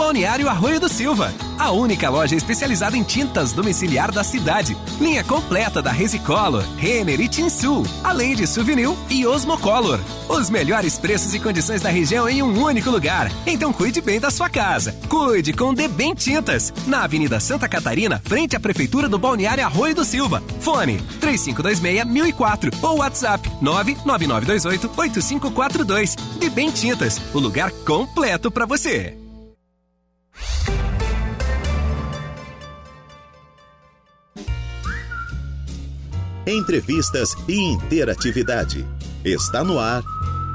Balneário Arroio do Silva. A única loja especializada em tintas domiciliar da cidade. Linha completa da Resicolor, Renner e Tinsul, além de Souvenir e Osmocolor. Os melhores preços e condições da região em um único lugar. Então cuide bem da sua casa. Cuide com Debem Tintas. Na Avenida Santa Catarina, frente à Prefeitura do Balneário Arroio do Silva. Fone 3526-1004 ou WhatsApp 99928-8542. Debem Tintas, o lugar completo para você. Entrevistas e interatividade. Está no ar.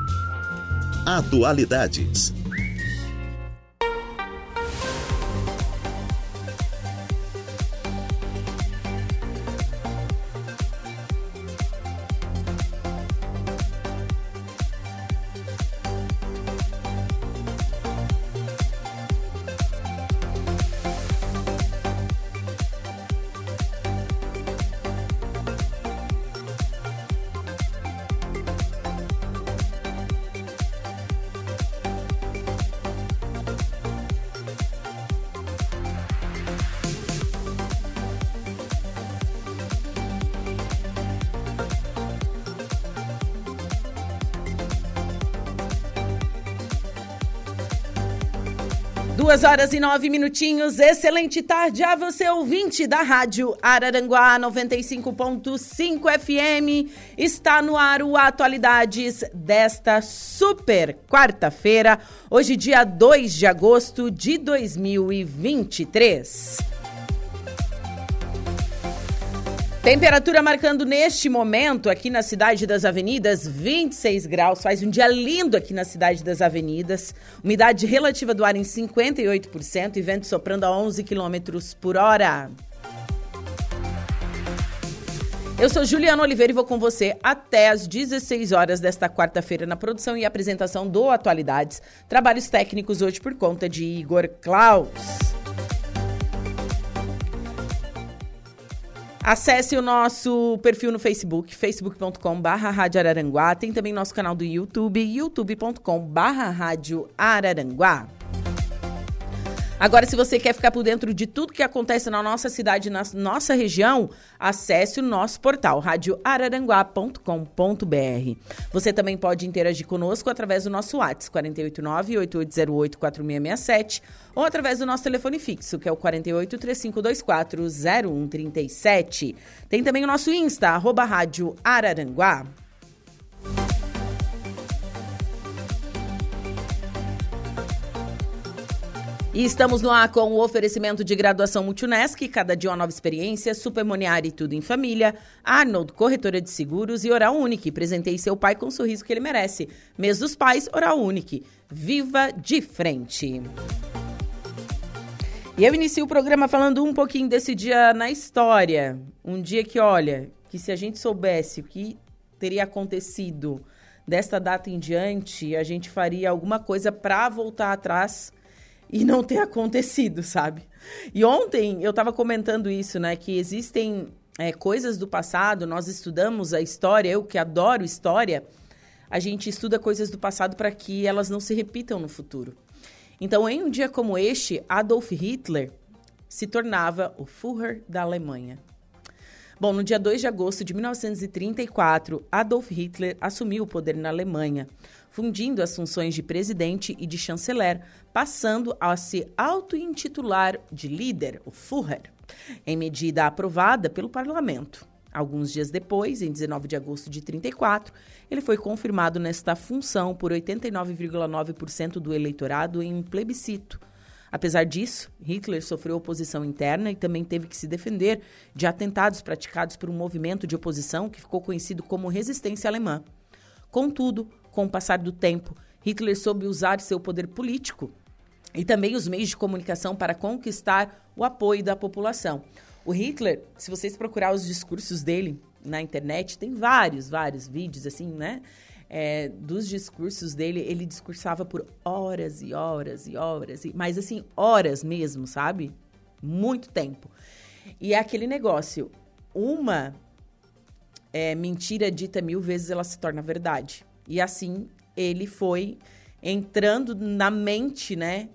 Atualidades. Duas horas e 9 minutinhos, excelente tarde a você, ouvinte da Rádio Araranguá 95.5 FM. Está no ar o Atualidades desta super quarta-feira, hoje dia 2 de agosto de 2023. Temperatura marcando neste momento aqui na Cidade das Avenidas, 26 graus, faz um dia lindo aqui na Cidade das Avenidas, umidade relativa do ar em 58% e vento soprando a 11 quilômetros por hora. Eu sou Juliana Oliveira e vou com você até às 16 horas desta quarta-feira na produção e apresentação do Atualidades. Trabalhos técnicos hoje por conta de Igor Klaus. Acesse o nosso perfil no Facebook, facebook.com/Rádio Araranguá. Tem também nosso canal do YouTube, youtube.com/Rádio Araranguá. Agora, se você quer ficar por dentro de tudo que acontece na nossa cidade, na nossa região, acesse o nosso portal, radioararanguá.com.br. Você também pode interagir conosco através do nosso WhatsApp, 489-8808-4667, ou através do nosso telefone fixo, que é o 48-3524-0137. Tem também o nosso Insta, @Rádio Araranguá. E estamos no ar com o oferecimento de graduação Multunesc, cada dia uma nova experiência, Supermoniar e tudo em família, Arnold, corretora de seguros e Oral Unique. Presentei seu pai com o sorriso que ele merece. Mês dos Pais, Oral Unique. Viva de frente! E eu inicio o programa falando um pouquinho desse dia na história. Um dia que, olha, que se a gente soubesse o que teria acontecido desta data em diante, a gente faria alguma coisa para voltar atrás e não ter acontecido, sabe? E ontem eu estava comentando isso, né? Que existem coisas do passado, nós estudamos a história, eu que adoro história, a gente estuda coisas do passado para que elas não se repitam no futuro. Então, em um dia como este, Adolf Hitler se tornava o Führer da Alemanha. Bom, no dia 2 de agosto de 1934, Adolf Hitler assumiu o poder na Alemanha, fundindo as funções de presidente e de chanceler, passando a se auto-intitular de líder, o Führer, em medida aprovada pelo parlamento. Alguns dias depois, em 19 de agosto de 1934, ele foi confirmado nesta função por 89,9% do eleitorado em um plebiscito. Apesar disso, Hitler sofreu oposição interna e também teve que se defender de atentados praticados por um movimento de oposição que ficou conhecido como Resistência Alemã. Contudo, com o passar do tempo, Hitler soube usar seu poder político e também os meios de comunicação para conquistar o apoio da população. O Hitler, se vocês procurar os discursos dele na internet, tem vários vídeos assim, né? Dos discursos dele, ele discursava por horas e horas e horas, mas assim, horas mesmo, sabe? Muito tempo. E é aquele negócio, uma mentira dita 1000 vezes, ela se torna verdade. E assim, ele foi entrando na mente, né,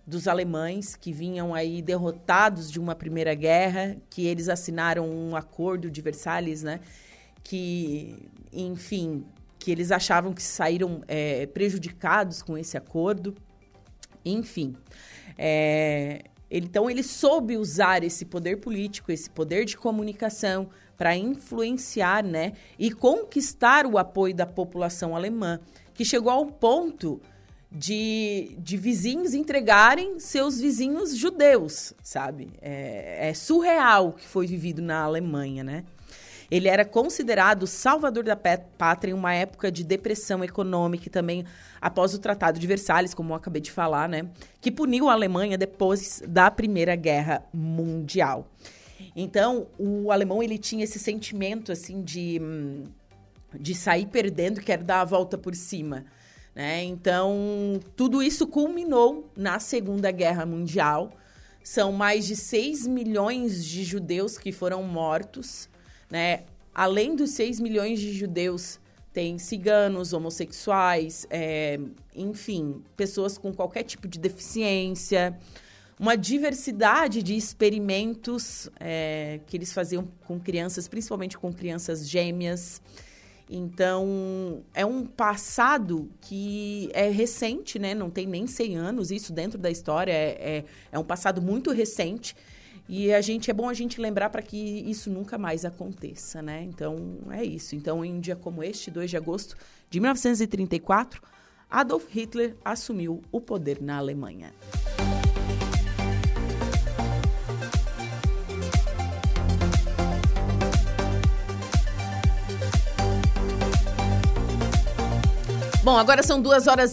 dos alemães que vinham aí derrotados de uma primeira guerra, que eles assinaram um acordo de Versalhes, né? Que, enfim, que eles achavam que saíram prejudicados com esse acordo. Enfim, então ele soube usar esse poder político, esse poder de comunicação para influenciar, né, e conquistar o apoio da população alemã, que chegou ao ponto de vizinhos entregarem seus vizinhos judeus, sabe? É surreal o que foi vivido na Alemanha, né? Ele era considerado o salvador da pátria em uma época de depressão econômica e também após o Tratado de Versalhes, como eu acabei de falar, né? Que puniu a Alemanha depois da Primeira Guerra Mundial. Então, o alemão, ele tinha esse sentimento, assim, de sair perdendo, quer dar a volta por cima, né? Então, tudo isso culminou na Segunda Guerra Mundial. São mais de 6 milhões de judeus que foram mortos, né? Além dos 6 milhões de judeus, tem ciganos, homossexuais, enfim, pessoas com qualquer tipo de deficiência, uma diversidade de experimentos que eles faziam com crianças, principalmente com crianças gêmeas. Então, é um passado que é recente, né? Não tem nem 100 anos, isso dentro da história é um passado muito recente. E é bom a gente lembrar para que isso nunca mais aconteça, né? Então, é isso. Então, em um dia como este, 2 de agosto de 1934, Adolf Hitler assumiu o poder na Alemanha. Bom, agora são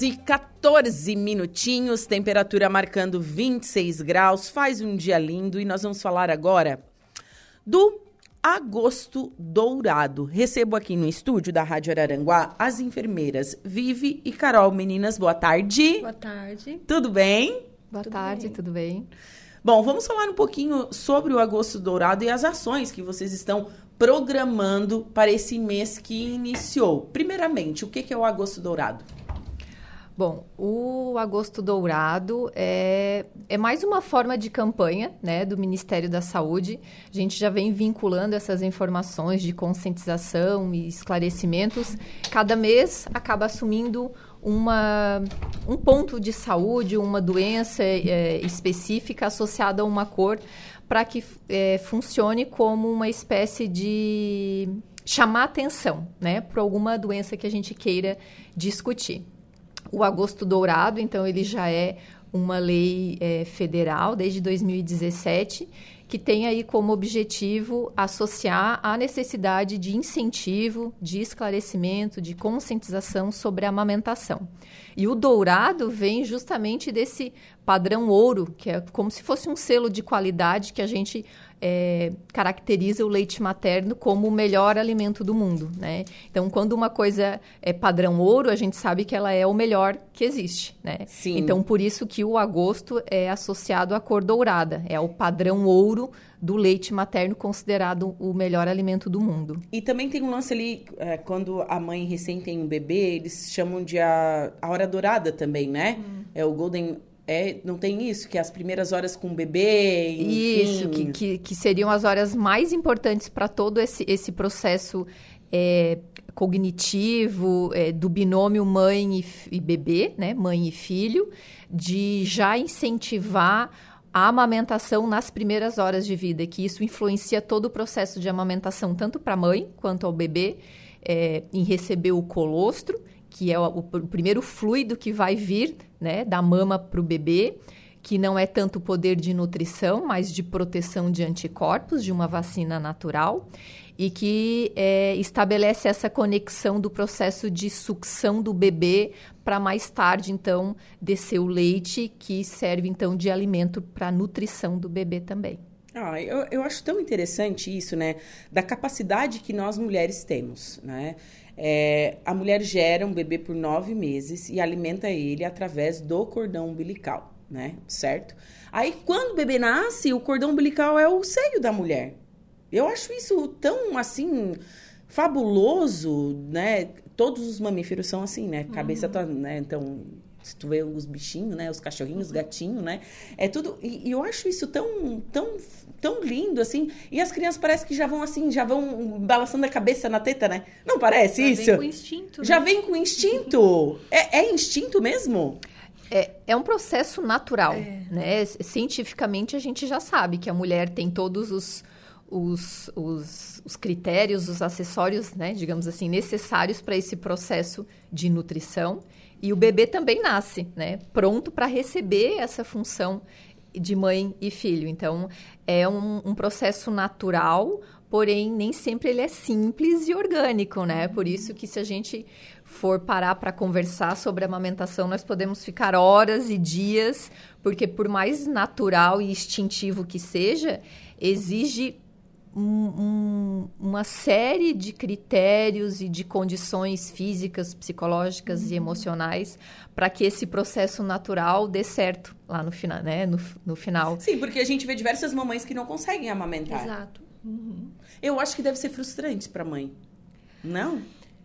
2h14, temperatura marcando 26 graus, faz um dia lindo e nós vamos falar agora do Agosto Dourado. Recebo aqui no estúdio da Rádio Araranguá as enfermeiras Vivi e Carol. Meninas, boa tarde. Boa tarde. Tudo bem? Boa tarde, tudo bem? Bom, vamos falar um pouquinho sobre o Agosto Dourado e as ações que vocês estão programando para esse mês que iniciou. Primeiramente, o que é o Agosto Dourado? Bom, o Agosto Dourado é mais uma forma de campanha, né, do Ministério da Saúde. A gente já vem vinculando essas informações de conscientização e esclarecimentos. Cada mês acaba assumindo um ponto de saúde, uma doença específica associada a uma cor, para que funcione como uma espécie de chamar atenção, né, para alguma doença que a gente queira discutir. O Agosto Dourado, então, ele já é uma lei federal desde 2017, que tem aí como objetivo associar a necessidade de incentivo, de esclarecimento, de conscientização sobre a amamentação. E o dourado vem justamente desse padrão ouro, que é como se fosse um selo de qualidade que a gente caracteriza o leite materno como o melhor alimento do mundo, né? Então, quando uma coisa é padrão ouro, a gente sabe que ela é o melhor que existe, né? Sim. Então, por isso que o agosto é associado à cor dourada, é o padrão ouro do leite materno considerado o melhor alimento do mundo. E também tem um lance ali, quando a mãe recém tem um bebê, eles chamam de a hora dourada também, né? É o Golden... não tem isso? Que as primeiras horas com o bebê... Enfim... Isso, que seriam as horas mais importantes para todo esse processo cognitivo, do binômio mãe e bebê, né? Mãe e filho, de já incentivar a amamentação nas primeiras horas de vida, que isso influencia todo o processo de amamentação, tanto para a mãe quanto ao bebê, em receber o colostro, que é o primeiro fluido que vai vir, né, da mama para o bebê, que não é tanto poder de nutrição, mas de proteção de anticorpos, de uma vacina natural, e que estabelece essa conexão do processo de sucção do bebê para mais tarde, então, descer o leite, que serve, então, de alimento para a nutrição do bebê também. Eu acho tão interessante isso, né? Da capacidade que nós mulheres temos, né? A mulher gera um bebê por 9 meses e alimenta ele através do cordão umbilical, né? Certo? Aí, quando o bebê nasce, o cordão umbilical é o seio da mulher. Eu acho isso tão, assim, fabuloso, né? Todos os mamíferos são assim, né? Cabeça, né? Então, se tu vê os bichinhos, né? Os cachorrinhos, os gatinhos, né? É tudo... E eu acho isso tão lindo, assim. E as crianças parece que já vão balançando a cabeça na teta, né? Não parece isso? Já vem com instinto. Já vem com instinto. É instinto mesmo? É um processo natural, né? Cientificamente, a gente já sabe que a mulher tem todos os critérios, os acessórios, né, digamos assim, necessários para esse processo de nutrição. E o bebê também nasce, né, pronto para receber essa função de mãe e filho. Então, é um processo natural, porém, nem sempre ele é simples e orgânico, né? Por isso que se a gente for parar para conversar sobre a amamentação, nós podemos ficar horas e dias, porque por mais natural e instintivo que seja, exige uma série de critérios e de condições físicas, psicológicas e emocionais para que esse processo natural dê certo lá no final, né? No final. Sim, porque a gente vê diversas mamães que não conseguem amamentar. Exato. Eu acho que deve ser frustrante para a mãe. Não?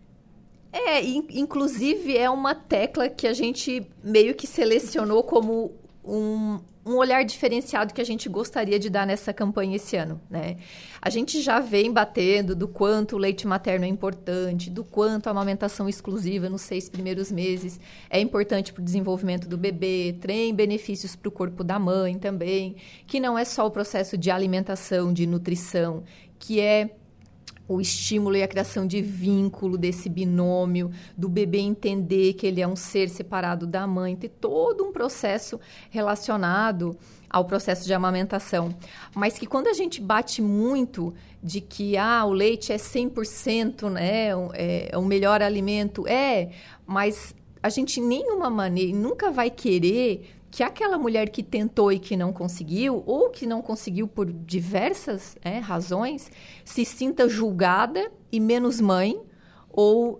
Inclusive é uma tecla que a gente meio que selecionou como um olhar diferenciado que a gente gostaria de dar nessa campanha esse ano, né? A gente já vem batendo do quanto o leite materno é importante, do quanto a amamentação exclusiva nos 6 primeiros meses é importante para o desenvolvimento do bebê, tem benefícios para o corpo da mãe também, que não é só o processo de alimentação, de nutrição, que é o estímulo e a criação de vínculo desse binômio, do bebê entender que ele é um ser separado da mãe, ter todo um processo relacionado ao processo de amamentação. Mas que quando a gente bate muito de que o leite é 100%, né, é o melhor alimento, mas a gente em nenhuma maneira nunca vai querer que aquela mulher que tentou e que não conseguiu, ou que não conseguiu por diversas razões, se sinta julgada e menos mãe, ou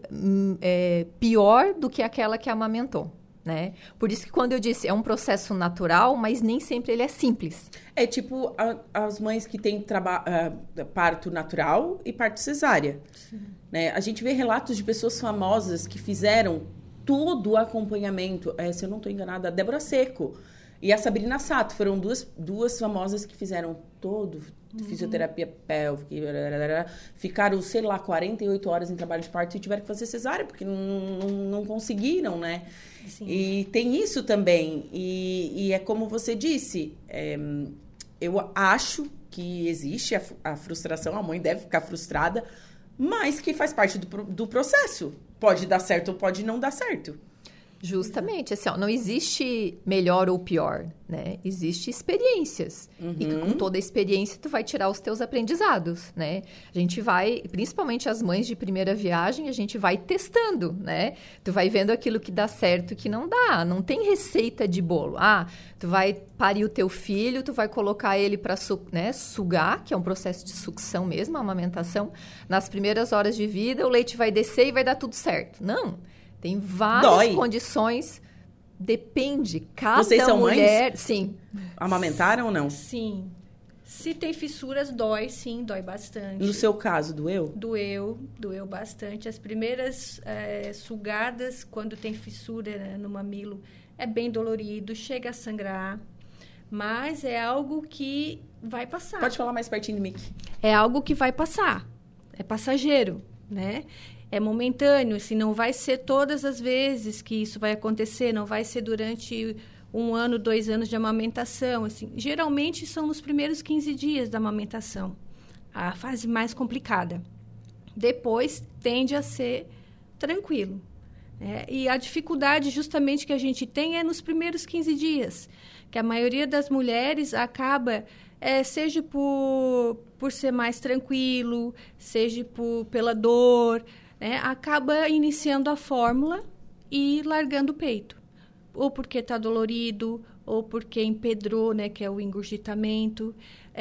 pior do que aquela que amamentou, né? Por isso que quando eu disse, é um processo natural, mas nem sempre ele é simples. É tipo as mães que têm parto natural e parto cesárea. Né? A gente vê relatos de pessoas famosas que fizeram todo o acompanhamento, se eu não estou enganada, a Débora Seco e a Sabrina Sato, foram duas famosas que fizeram todo fisioterapia pélvica, ficaram, 48 horas em trabalho de parto e tiveram que fazer cesárea, porque não conseguiram, né? Sim. E tem isso também, e é como você disse, eu acho que existe a frustração, a mãe deve ficar frustrada, mas que faz parte do processo. Pode dar certo ou pode não dar certo. Justamente, assim, não existe melhor ou pior, né? Existe experiências. E com toda a experiência, tu vai tirar os teus aprendizados, né? A gente vai, principalmente as mães de primeira viagem, a gente vai testando, né? Tu vai vendo aquilo que dá certo e que não dá. Não tem receita de bolo. Tu vai parir o teu filho, tu vai colocar ele para sugar, que é um processo de sucção mesmo, a amamentação. Nas primeiras horas de vida, o leite vai descer e vai dar tudo certo. Não. Tem várias condições, depende, cada Vocês são mulher... Mães? Sim. Amamentaram ou não? Sim. Se tem fissuras, dói bastante. No seu caso, doeu? Doeu bastante. As primeiras sugadas, quando tem fissura no mamilo, é bem dolorido, chega a sangrar, mas é algo que vai passar. Pode falar mais pertinho do mic. É algo que vai passar, é passageiro, né? É momentâneo, assim, não vai ser todas as vezes que isso vai acontecer, não vai ser durante 1 ano, 2 anos de amamentação. Assim, geralmente são nos primeiros 15 dias da amamentação, a fase mais complicada. Depois tende a ser tranquilo. E a dificuldade justamente que a gente tem é nos primeiros 15 dias, que a maioria das mulheres acaba... seja por ser mais tranquilo, seja pela dor... acaba iniciando a fórmula e largando o peito. Ou porque está dolorido, ou porque empedrou, né, que é o engurgitamento,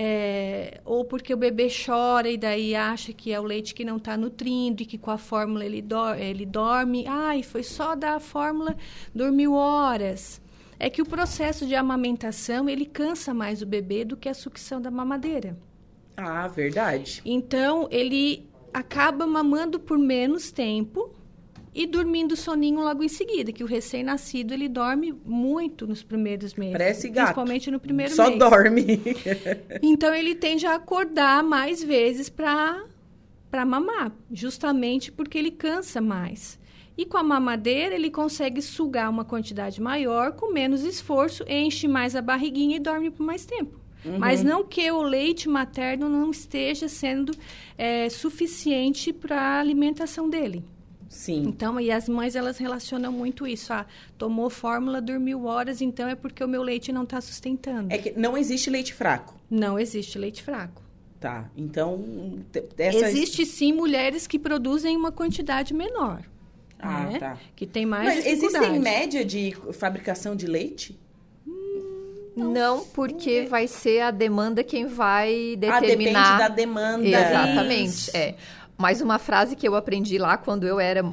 ou porque o bebê chora e daí acha que é o leite que não está nutrindo e que com a fórmula ele dorme. Foi só dar a fórmula, dormiu horas. É que o processo de amamentação, ele cansa mais o bebê do que a sucção da mamadeira. Verdade. Então, ele... acaba mamando por menos tempo, e dormindo soninho logo em seguida, que o recém-nascido, ele dorme muito nos primeiros meses. Parece gato. Principalmente no primeiro Só mês. dorme. Então, ele tende a acordar mais vezes para mamar, justamente porque ele cansa mais. E com a mamadeira, ele consegue sugar uma quantidade maior, com menos esforço, enche mais a barriguinha e dorme por mais tempo. Mas não que o leite materno não esteja sendo suficiente para a alimentação dele. Sim. Então, e as mães, elas relacionam muito isso. Tomou fórmula, dormiu horas, então é porque o meu leite não está sustentando. É que não existe leite fraco. Não existe leite fraco. Tá, então... Existe, sim, mulheres que produzem uma quantidade menor. Ah, né? tá. Que tem mais Mas dificuldade. existe média de fabricação de leite? Não, porque vai ser a demanda quem vai determinar. Depende da demanda. Exatamente, Mas uma frase que eu aprendi lá quando eu era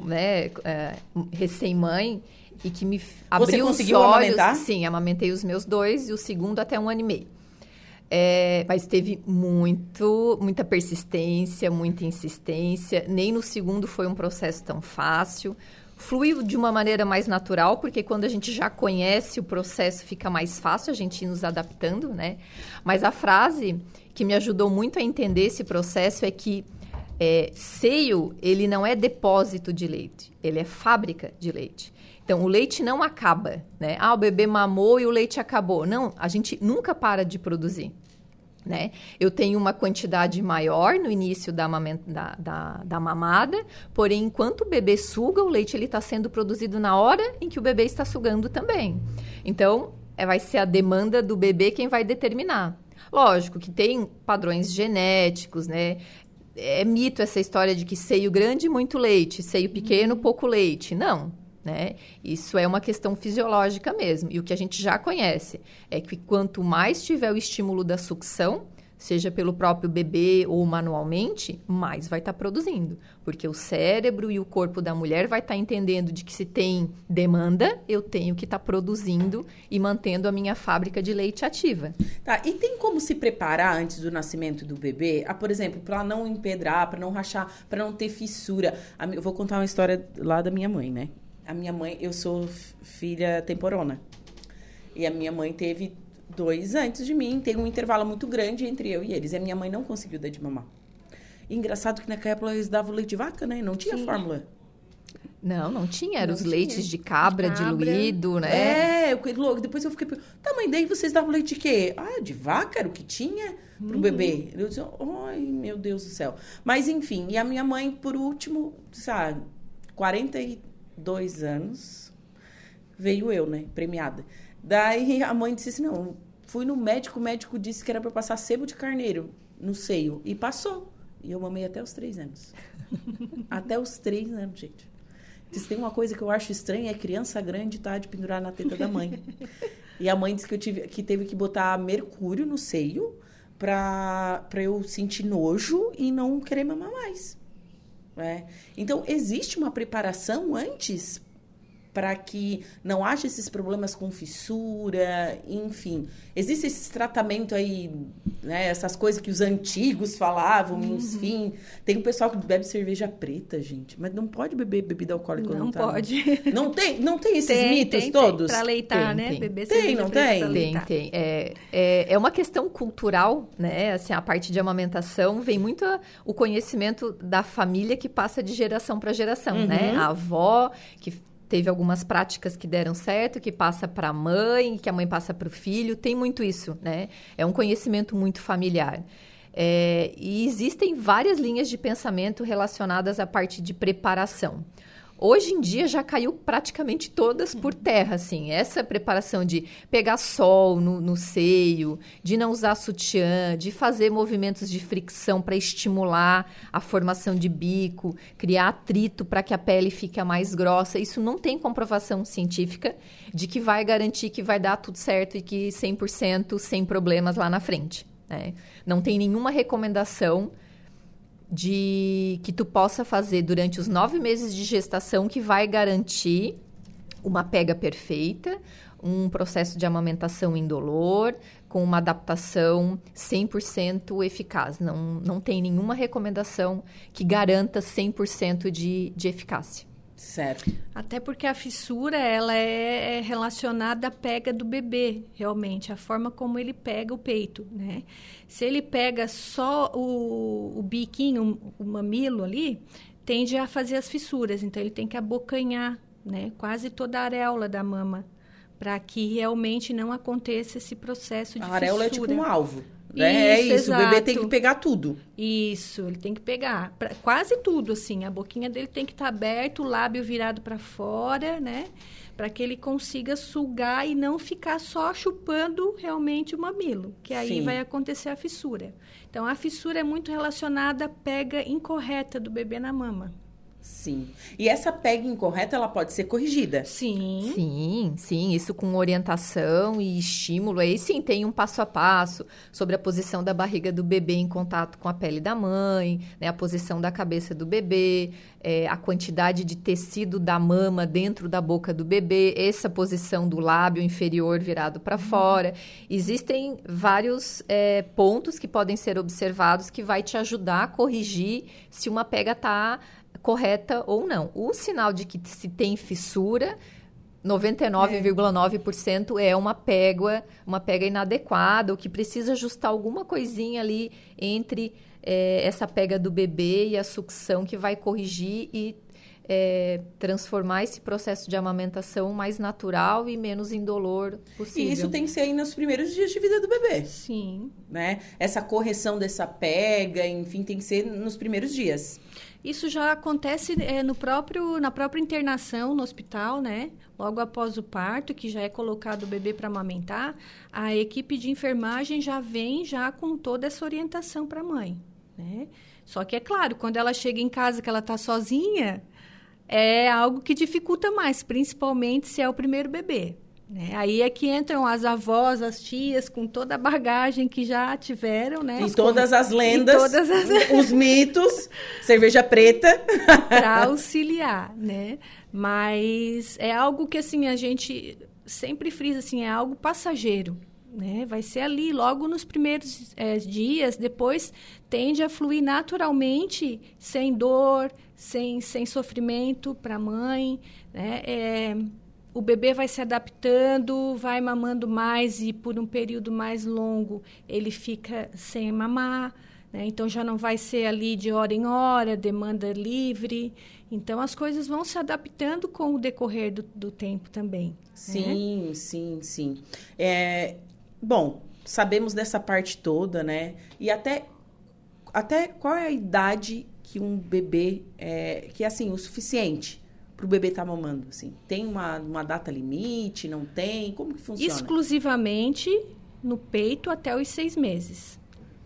recém-mãe e que me abriu os olhos. Amamentar? Sim, amamentei os meus 2 e o segundo até 1 ano e meio. Mas teve muita persistência, muita insistência. Nem no segundo foi um processo tão fácil. Fluiu de uma maneira mais natural, porque quando a gente já conhece o processo, fica mais fácil a gente ir nos adaptando, né? Mas a frase que me ajudou muito a entender esse processo é que seio, ele não é depósito de leite, ele é fábrica de leite. Então, o leite não acaba, né? O bebê mamou e o leite acabou. Não, a gente nunca para de produzir, né? Eu tenho uma quantidade maior no início da mamada, porém, enquanto o bebê suga, o leite está sendo produzido na hora em que o bebê está sugando também. Então, vai ser a demanda do bebê quem vai determinar. Lógico que tem padrões genéticos, né? É mito essa história de que seio grande, muito leite, seio pequeno, pouco leite. Não, né? Isso é uma questão fisiológica mesmo. E o que a gente já conhece é que quanto mais tiver o estímulo da sucção, seja pelo próprio bebê ou manualmente, mais vai estar produzindo. Porque o cérebro e o corpo da mulher vai estar entendendo de que se tem demanda, eu tenho que estar produzindo e mantendo a minha fábrica de leite ativa. Tá, e tem como se preparar antes do nascimento do bebê? Por exemplo, para não empedrar, para não rachar, para não ter fissura. Eu vou contar uma história lá da minha mãe, né? A minha mãe, eu sou filha temporona. E a minha mãe teve 2 antes de mim, tem um intervalo muito grande entre eu e eles. E a minha mãe não conseguiu dar de mamar. E engraçado que naquela época eles davam leite de vaca, né? Não tinha fórmula. Não tinha. Eram os leites de cabra, diluído, né? Depois eu fiquei... Tá, mãe, daí vocês davam leite de quê? De vaca era o que tinha pro bebê. Eu disse, ai, meu Deus do céu. Mas, enfim, e a minha mãe, por último, 42 anos, veio eu, né? Premiada. Daí a mãe disse assim, não, fui no médico, o médico disse que era para passar sebo de carneiro no seio. E passou. E eu mamei até os 3 anos. Até os 3 anos, gente. Diz, tem uma coisa que eu acho estranha, é criança grande de pendurar na teta da mãe. E a mãe disse que teve que botar mercúrio no seio para eu sentir nojo e não querer mamar mais. Então, existe uma preparação antes para que não haja esses problemas com fissura, enfim. Existe esse tratamento aí, né? Essas coisas que os antigos falavam, enfim. Tem um pessoal que bebe cerveja preta, gente. Mas não pode beber bebida alcoólica. Não pode. Não tem esses mitos todos? Para leitar, né? Tem. Beber tem, não tem? Tem. É uma questão cultural, né? Assim, a parte de amamentação vem muito o conhecimento da família que passa de geração para geração, né? A avó que teve algumas práticas que deram certo, que passa para a mãe, que a mãe passa para o filho. Tem muito isso, né? É um conhecimento muito familiar. E existem várias linhas de pensamento relacionadas à parte de preparação. Hoje em dia já caiu praticamente todas por terra, assim. Essa preparação de pegar sol no seio, de não usar sutiã, de fazer movimentos de fricção para estimular a formação de bico, criar atrito para que a pele fique mais grossa. Isso não tem comprovação científica de que vai garantir que vai dar tudo certo e que 100% sem problemas lá na frente, né? Não tem nenhuma recomendação de que tu possa fazer durante os 9 meses de gestação que vai garantir uma pega perfeita, um processo de amamentação indolor, com uma adaptação 100% eficaz. Não tem nenhuma recomendação que garanta 100% de eficácia. Certo. Até porque a fissura, ela é relacionada à pega do bebê, realmente, a forma como ele pega o peito, né? Se ele pega só o biquinho, o mamilo ali, tende a fazer as fissuras. Então, ele tem que abocanhar, né, quase toda a areola da mama, para que realmente não aconteça esse processo de fissura. A areola é tipo um alvo. É isso, exato. O bebê tem que pegar tudo. Isso, ele tem que pegar quase tudo, assim. A boquinha dele tem que estar aberta, o lábio virado para fora, né? Para que ele consiga sugar e não ficar só chupando realmente o mamilo, que aí Sim. vai acontecer a fissura. Então, a fissura é muito relacionada à pega incorreta do bebê na mama. Sim. E essa pega incorreta, ela pode ser corrigida. Sim. Sim, sim, isso com orientação e estímulo. Aí sim tem um passo a passo sobre a posição da barriga do bebê em contato com a pele da mãe, né, a posição da cabeça do bebê, a quantidade de tecido da mama dentro da boca do bebê, essa posição do lábio inferior virado para fora. Existem vários pontos que podem ser observados que vai te ajudar a corrigir se uma pega está correta ou não. O sinal de que se tem fissura, 99,9% é uma pega inadequada, ou que precisa ajustar alguma coisinha ali entre essa pega do bebê e a sucção, que vai corrigir e transformar esse processo de amamentação mais natural e menos indolor possível. E isso tem que ser aí nos primeiros dias de vida do bebê. Sim. Né? Essa correção dessa pega, enfim, tem que ser nos primeiros dias. Isso já acontece na própria internação no hospital, né? Logo após o parto, que já é colocado o bebê para amamentar, a equipe de enfermagem já vem com toda essa orientação para a mãe, né? Só que, é claro, quando ela chega em casa, que ela está sozinha, é algo que dificulta mais, principalmente se é o primeiro bebê. Né? Aí é que entram as avós, as tias, com toda a bagagem que já tiveram, né? E todas as lendas, os mitos, cerveja preta. Para auxiliar, né? Mas é algo que, assim, a gente sempre frisa, assim, é algo passageiro, né? Vai ser ali, logo nos primeiros dias, depois tende a fluir naturalmente, sem dor, sem sofrimento para a mãe, né? O bebê vai se adaptando, vai mamando mais e por um período mais longo ele fica sem mamar, né? Então já não vai ser ali de hora em hora, demanda livre. Então as coisas vão se adaptando com o decorrer do tempo também. Sim, né? sim. Bom, sabemos dessa parte toda, né? E até qual é a idade que um bebê que é assim, o suficiente para o bebê estar mamando, assim? Tem uma data limite? Não tem? Como que funciona? Exclusivamente no peito até os 6 meses.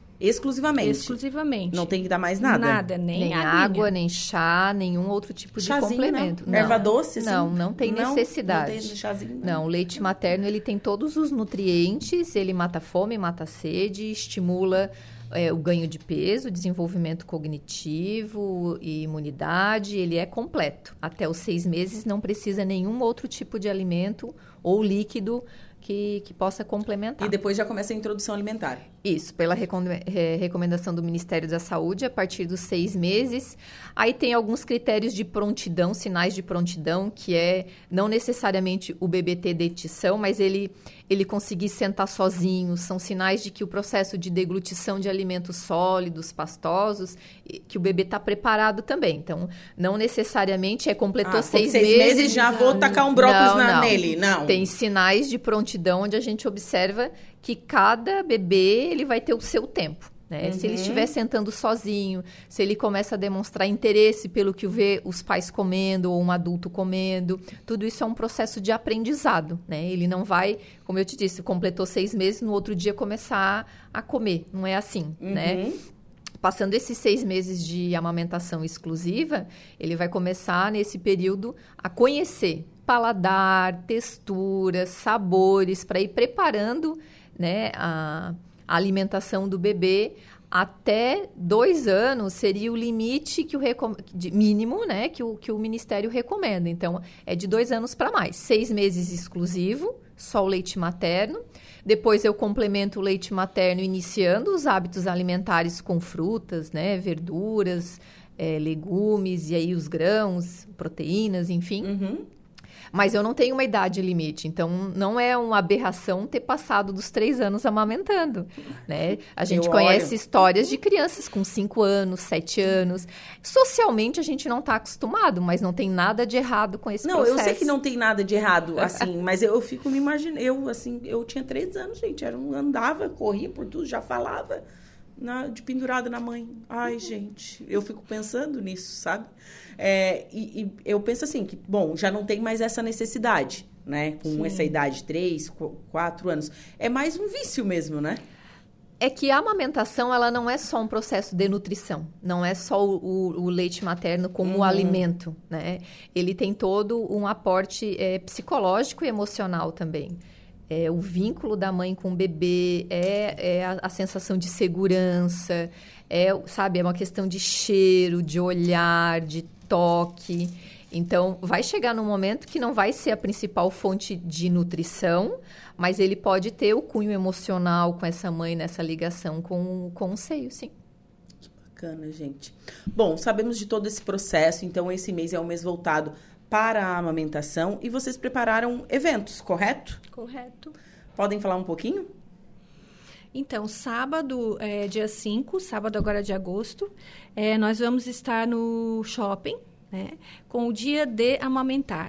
Exclusivamente? Não tem que dar mais nada? Nada, nem água, nem chá, nenhum outro tipo de complemento. Não. Erva doce, assim? Não tem necessidade. Não tem chazinho, não, o leite materno, ele tem todos os nutrientes, ele mata a fome, mata a sede, estimula o ganho de peso, desenvolvimento cognitivo e imunidade, ele é completo. Até os 6 meses não precisa nenhum outro tipo de alimento ou líquido que possa complementar. E depois já começa a introdução alimentar. Isso, pela recomendação do Ministério da Saúde, a partir dos 6 meses. Aí tem alguns critérios de prontidão, sinais de prontidão, que é não necessariamente o bebê ter dentição, mas ele conseguir sentar sozinho. São sinais de que o processo de deglutição de alimentos sólidos, pastosos, que o bebê está preparado também. Então, não necessariamente completou 6 meses... já vou tacar um brócolis nele. Não. Tem sinais de prontidão onde a gente observa que cada bebê ele vai ter o seu tempo. Né? Se ele estiver sentando sozinho, se ele começa a demonstrar interesse pelo que vê os pais comendo ou um adulto comendo, tudo isso é um processo de aprendizado. Né? Ele não vai, como eu te disse, completou 6 meses, no outro dia começar a comer. Não é assim, né? Passando esses 6 meses de amamentação exclusiva, ele vai começar nesse período a conhecer paladar, texturas, sabores, para ir preparando, né, a alimentação do bebê. Até 2 anos seria o limite mínimo, né, que o Ministério recomenda. Então, é de 2 anos para mais. 6 meses exclusivo, só o leite materno. Depois eu complemento o leite materno iniciando os hábitos alimentares com frutas, né, verduras, legumes, e aí os grãos, proteínas, enfim. Uhum. Mas eu não tenho uma idade limite, então não é uma aberração ter passado dos 3 anos amamentando, né? A gente conhece histórias de crianças com 5 anos, 7 anos. Socialmente, a gente não está acostumado, mas não tem nada de errado com esse processo. Não, eu sei que não tem nada de errado, assim, mas eu fico me imaginando, eu tinha 3 anos, gente, andava, corria por tudo, já falava, de pendurada na mãe. Ai, gente, eu fico pensando nisso, sabe? E eu penso assim, que, bom, já não tem mais essa necessidade, né? Com Sim. essa idade, 3, 4 anos. É mais um vício mesmo, né? É que a amamentação, ela não é só um processo de nutrição. Não é só o leite materno como alimento, né? Ele tem todo um aporte psicológico e emocional também. O vínculo da mãe com o bebê, a sensação de segurança, sabe, é uma questão de cheiro, de olhar, de toque. Então, vai chegar num momento que não vai ser a principal fonte de nutrição, mas ele pode ter o cunho emocional com essa mãe, nessa ligação com o seio, sim. Que bacana, gente. Bom, sabemos de todo esse processo, então esse mês é um mês voltado para a amamentação e vocês prepararam eventos, correto? Correto. Podem falar um pouquinho? Então, sábado, dia 5, sábado agora de agosto, nós vamos estar no shopping, né, com o dia de amamentar.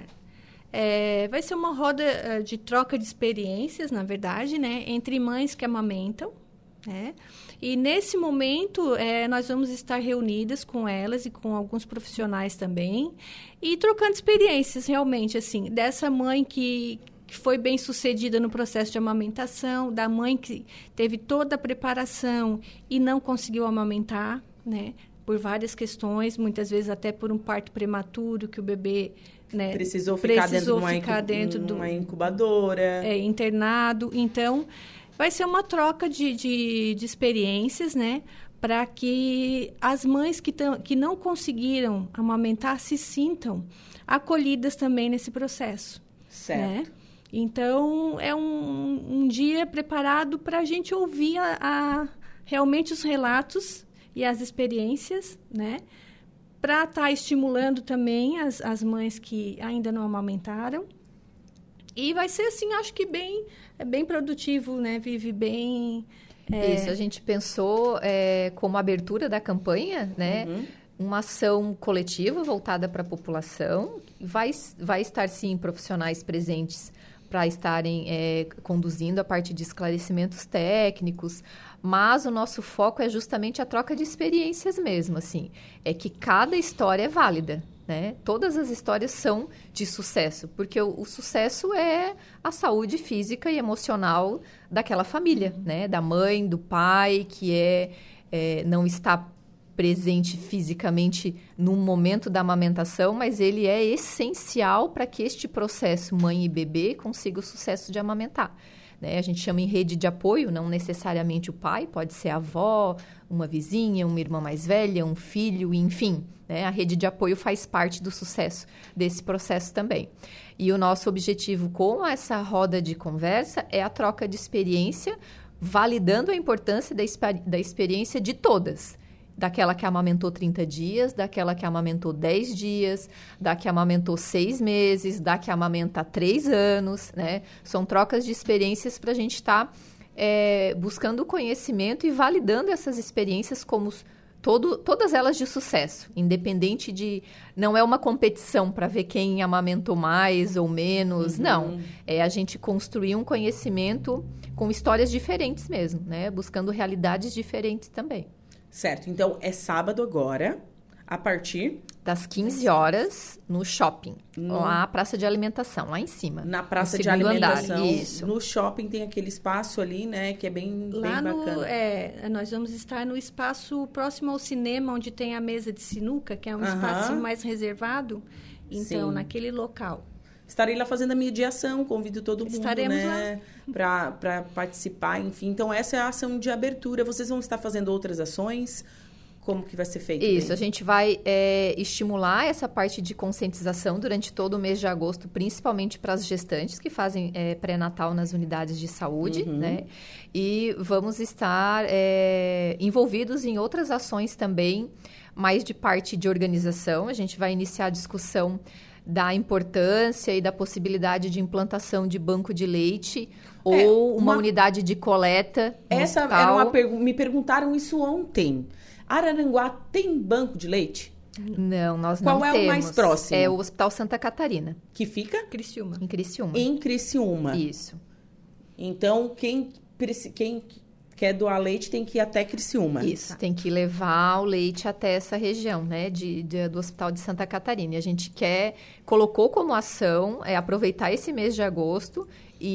Vai ser uma roda de troca de experiências, na verdade, né, entre mães que amamentam, né? E nesse momento, nós vamos estar reunidas com elas e com alguns profissionais também e trocando experiências, realmente, assim, dessa mãe que foi bem sucedida no processo de amamentação, da mãe que teve toda a preparação e não conseguiu amamentar, né? Por várias questões, muitas vezes até por um parto prematuro, que o bebê, né, precisou ficar dentro de uma incubadora. Internado. Então, vai ser uma troca de experiências, né? Para que as mães que não conseguiram amamentar se sintam acolhidas também nesse processo. Certo. Né? Então, é um dia preparado para a gente ouvir realmente os relatos e as experiências, né? Para estar estimulando também as mães que ainda não amamentaram. E vai ser, assim, acho que bem produtivo, né? Vive bem... Isso, a gente pensou como abertura da campanha, né? Uhum. Uma ação coletiva voltada para a população. Vai estar, sim, profissionais presentes para estarem conduzindo a parte de esclarecimentos técnicos, mas o nosso foco é justamente a troca de experiências mesmo, assim. É que cada história é válida, né? Todas as histórias são de sucesso, porque o sucesso é a saúde física e emocional daquela família, né? Da mãe, do pai, que não está presente fisicamente no momento da amamentação, mas ele é essencial para que este processo mãe e bebê consiga o sucesso de amamentar. Né? A gente chama em rede de apoio, não necessariamente o pai, pode ser a avó, uma vizinha, uma irmã mais velha, um filho, enfim. Né? A rede de apoio faz parte do sucesso desse processo também. E o nosso objetivo com essa roda de conversa é a troca de experiência, validando a importância da experiência de todas. Daquela que amamentou 30 dias, daquela que amamentou 10 dias, da que amamentou 6 meses, da que amamenta 3 anos, né? São trocas de experiências para a gente estar buscando conhecimento e validando essas experiências como todas elas de sucesso, independente de... Não é uma competição para ver quem amamentou mais ou menos, não. É a gente construir um conhecimento com histórias diferentes mesmo, né? Buscando realidades diferentes também. Certo, então é sábado agora, a partir... das 15 horas, no shopping, lá a praça de alimentação, lá em cima. Na praça de alimentação, andar. Isso. No shopping tem aquele espaço ali, né, que é bem bacana. Nós vamos estar no espaço próximo ao cinema, onde tem a mesa de sinuca, que é um espaço mais reservado, então, naquele local. Estarei lá fazendo a mediação, convido todo mundo, Estaremos né, para participar, enfim. Então, essa é a ação de abertura. Vocês vão estar fazendo outras ações? Como que vai ser feito? Isso, a gente vai estimular essa parte de conscientização durante todo o mês de agosto, principalmente para as gestantes que fazem pré-natal nas unidades de saúde, né? E vamos estar envolvidos em outras ações também, mais de parte de organização. A gente vai iniciar a discussão da importância e da possibilidade de implantação de banco de leite ou uma unidade de coleta. Essa era uma pergunta. Me perguntaram isso ontem. Araranguá tem banco de leite? Não, nós não temos. Qual é o mais próximo? É o Hospital Santa Catarina. Que fica? Criciúma. Em Criciúma. Em Criciúma. Isso. Então, quem quer doar leite tem que ir até Criciúma. Isso, tem que levar o leite até essa região, né, do Hospital de Santa Catarina. E a gente colocou como ação aproveitar esse mês de agosto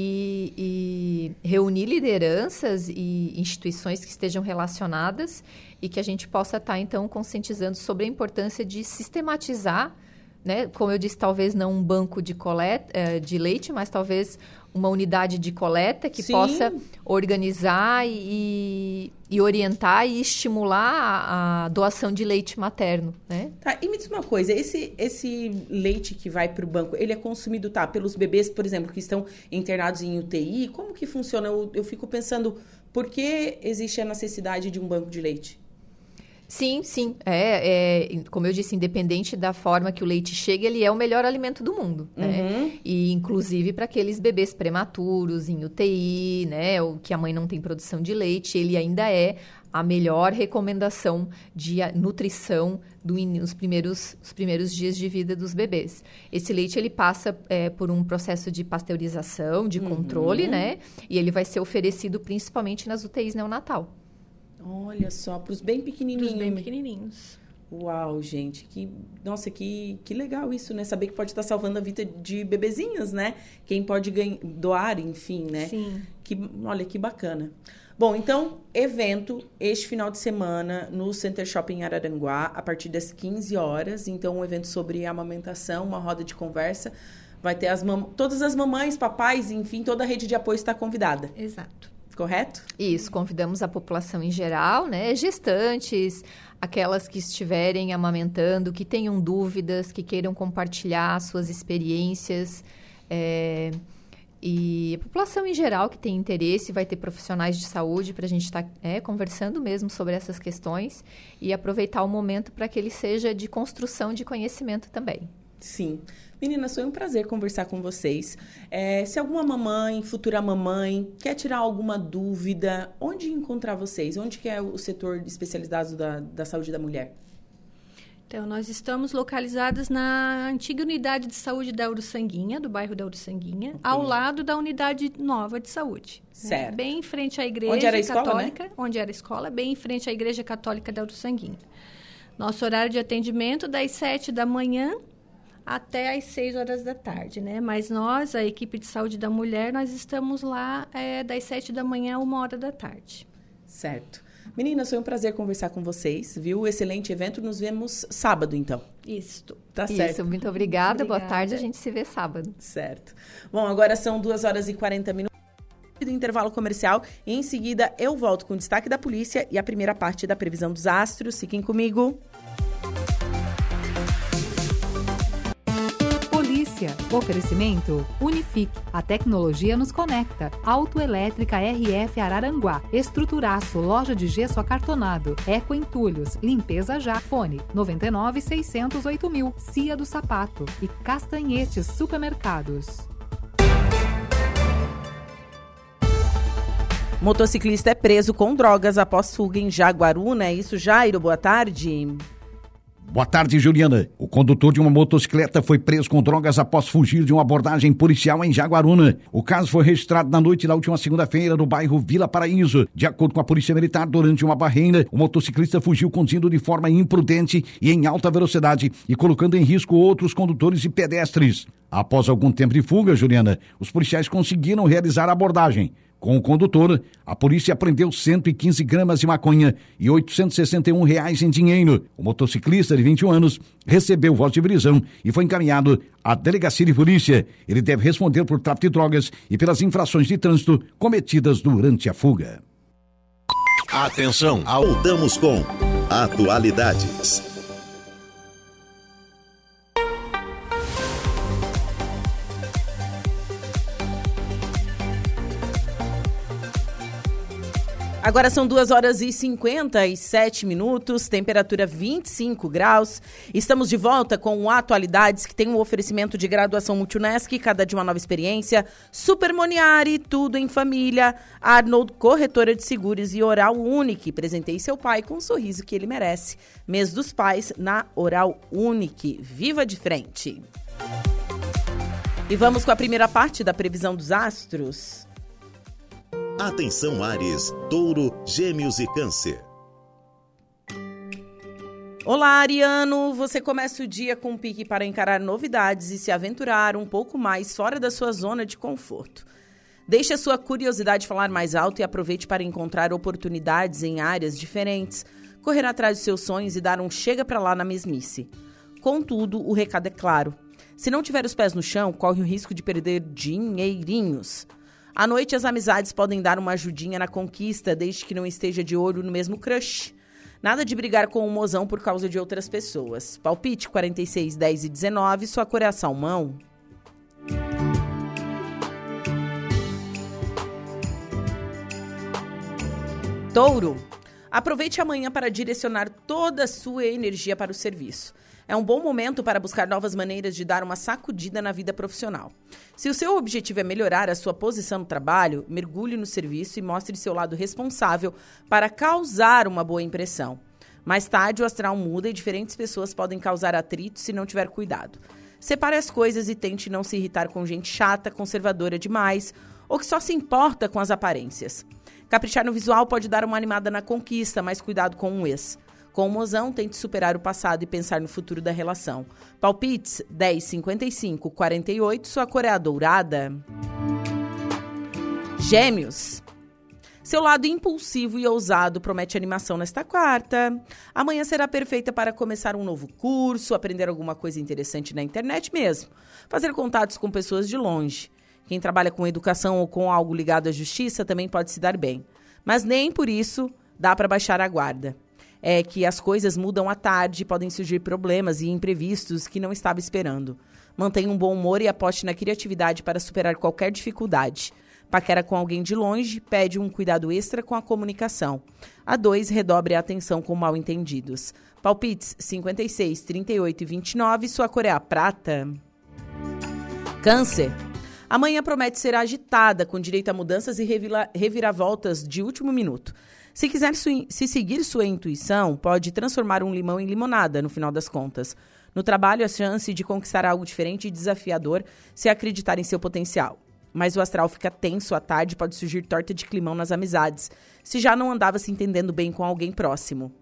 e reunir lideranças e instituições que estejam relacionadas e que a gente possa estar, então, conscientizando sobre a importância de sistematizar, né, como eu disse, talvez não um banco de coleta de leite, mas talvez uma unidade de coleta que possa organizar e orientar e estimular a doação de leite materno, né? Tá, e me diz uma coisa, esse leite que vai para o banco, ele é consumido, pelos bebês, por exemplo, que estão internados em UTI? Como que funciona? Eu fico pensando, por que existe a necessidade de um banco de leite? Sim. Como eu disse, independente da forma que o leite chega, ele é o melhor alimento do mundo, né? E, inclusive, para aqueles bebês prematuros, em UTI, né? Ou que a mãe não tem produção de leite, ele ainda é a melhor recomendação de nutrição nos primeiros dias de vida dos bebês. Esse leite, ele passa por um processo de pasteurização, de controle, né? E ele vai ser oferecido principalmente nas UTIs neonatal. Olha só, para os bem pequenininhos. Para os bem pequenininhos. Uau, gente, que legal isso, né? Saber que pode estar salvando a vida de bebezinhos, né? Quem pode doar, enfim, né? Sim. Olha, que bacana. Bom, então, evento este final de semana no Center Shopping Araranguá, a partir das 15 horas. Então, um evento sobre amamentação, uma roda de conversa. Vai ter todas as mamães, papais, enfim, toda a rede de apoio está convidada. Exato. Correto? Isso, convidamos a população em geral, né? Gestantes, aquelas que estiverem amamentando, que tenham dúvidas, que queiram compartilhar suas experiências. E a população em geral que tem interesse, vai ter profissionais de saúde para a gente estar conversando mesmo sobre essas questões e aproveitar o momento para que ele seja de construção de conhecimento também. Sim. Meninas, foi um prazer conversar com vocês. Se alguma mamãe, futura mamãe, quer tirar alguma dúvida, onde encontrar vocês? Onde que é o setor especializado da saúde da mulher? Então, nós estamos localizadas na antiga unidade de saúde da Uruçanguinha, do bairro da Uruçanguinha, ao lado da unidade nova de saúde. Certo. Né? Bem em frente à igreja onde era a católica. Escola, né? Onde era a escola, bem em frente à igreja católica da Uruçanguinha. Nosso horário de atendimento das 7 da manhã até às 6 horas da tarde, né? Mas nós, a equipe de saúde da mulher, nós estamos lá das 7 da manhã a 1 hora da tarde. Certo. Meninas, foi um prazer conversar com vocês, viu? Excelente evento. Nos vemos sábado, então. Isso. Tá certo. Isso, muito obrigada. Boa tarde, a gente se vê sábado. Certo. Bom, agora são 2 horas e 40 minutos do intervalo comercial. E em seguida, eu volto com o destaque da polícia e a primeira parte da previsão dos astros. Fiquem comigo. Oferecimento Unifique. A tecnologia nos conecta. Autoelétrica RF Araranguá. Estruturaço. Loja de gesso acartonado. Eco Entulhos. Limpeza já. Fone 99-608.000. Cia do Sapato. E Castanhetes Supermercados. Motociclista é preso com drogas após fuga em Jaguaruna. É isso, Jairo? Boa tarde. Boa tarde, Juliana. O condutor de uma motocicleta foi preso com drogas após fugir de uma abordagem policial em Jaguaruna. O caso foi registrado na noite da última segunda-feira no bairro Vila Paraíso. De acordo com a Polícia Militar, durante uma barreira, o motociclista fugiu conduzindo de forma imprudente e em alta velocidade e colocando em risco outros condutores e pedestres. Após algum tempo de fuga, Juliana, os policiais conseguiram realizar a abordagem. Com o condutor, a polícia apreendeu 115 gramas de maconha e R$ 861 em dinheiro. O motociclista de 21 anos recebeu voz de prisão e foi encaminhado à delegacia de polícia. Ele deve responder por tráfico de drogas e pelas infrações de trânsito cometidas durante a fuga. Atenção, voltamos com Atualidades. Agora são 2h57, temperatura 25 graus. Estamos de volta com o Atualidades, que tem um oferecimento de graduação Multunesc, cada dia uma nova experiência, Super Moniari, tudo em família, Arnold, corretora de seguros e Oral Unique. Presentei seu pai com o sorriso que ele merece. Mês dos Pais na Oral Unique. Viva de frente! E vamos com a primeira parte da previsão dos astros. Atenção, Áries, Touro, Gêmeos e Câncer. Olá, Ariano! Você começa o dia com um pique para encarar novidades e se aventurar um pouco mais fora da sua zona de conforto. Deixe a sua curiosidade falar mais alto e aproveite para encontrar oportunidades em áreas diferentes, correr atrás dos seus sonhos e dar um chega pra lá na mesmice. Contudo, o recado é claro. Se não tiver os pés no chão, corre o risco de perder dinheirinhos. À noite, as amizades podem dar uma ajudinha na conquista, desde que não esteja de olho no mesmo crush. Nada de brigar com o mozão por causa de outras pessoas. Palpite 46, 10 e 19, sua cor é a salmão. Touro, aproveite amanhã para direcionar toda a sua energia para o serviço. É um bom momento para buscar novas maneiras de dar uma sacudida na vida profissional. Se o seu objetivo é melhorar a sua posição no trabalho, mergulhe no serviço e mostre seu lado responsável para causar uma boa impressão. Mais tarde, o astral muda e diferentes pessoas podem causar atrito se não tiver cuidado. Separe as coisas e tente não se irritar com gente chata, conservadora demais ou que só se importa com as aparências. Caprichar no visual pode dar uma animada na conquista, mas cuidado com o ex. Com o mozão, tente superar o passado e pensar no futuro da relação. Palpites 10, 55, 48, sua cor é a dourada. Gêmeos. Seu lado impulsivo e ousado promete animação nesta quarta. Amanhã será perfeita para começar um novo curso, aprender alguma coisa interessante na internet mesmo. Fazer contatos com pessoas de longe. Quem trabalha com educação ou com algo ligado à justiça também pode se dar bem. Mas nem por isso dá para baixar a guarda. É que as coisas mudam à tarde e podem surgir problemas e imprevistos que não estava esperando. Mantenha um bom humor e aposte na criatividade para superar qualquer dificuldade. Paquera com alguém de longe, pede um cuidado extra com a comunicação. A 2, redobre a atenção com mal-entendidos. Palpites 56, 38 e 29, sua cor é a prata. Câncer. Amanhã promete ser agitada, com direito a mudanças e reviravoltas de último minuto. Se quiser seguir sua intuição, pode transformar um limão em limonada, no final das contas. No trabalho, a chance de conquistar algo diferente e desafiador se acreditar em seu potencial. Mas o astral fica tenso à tarde e pode surgir torta de climão nas amizades, se já não andava se entendendo bem com alguém próximo.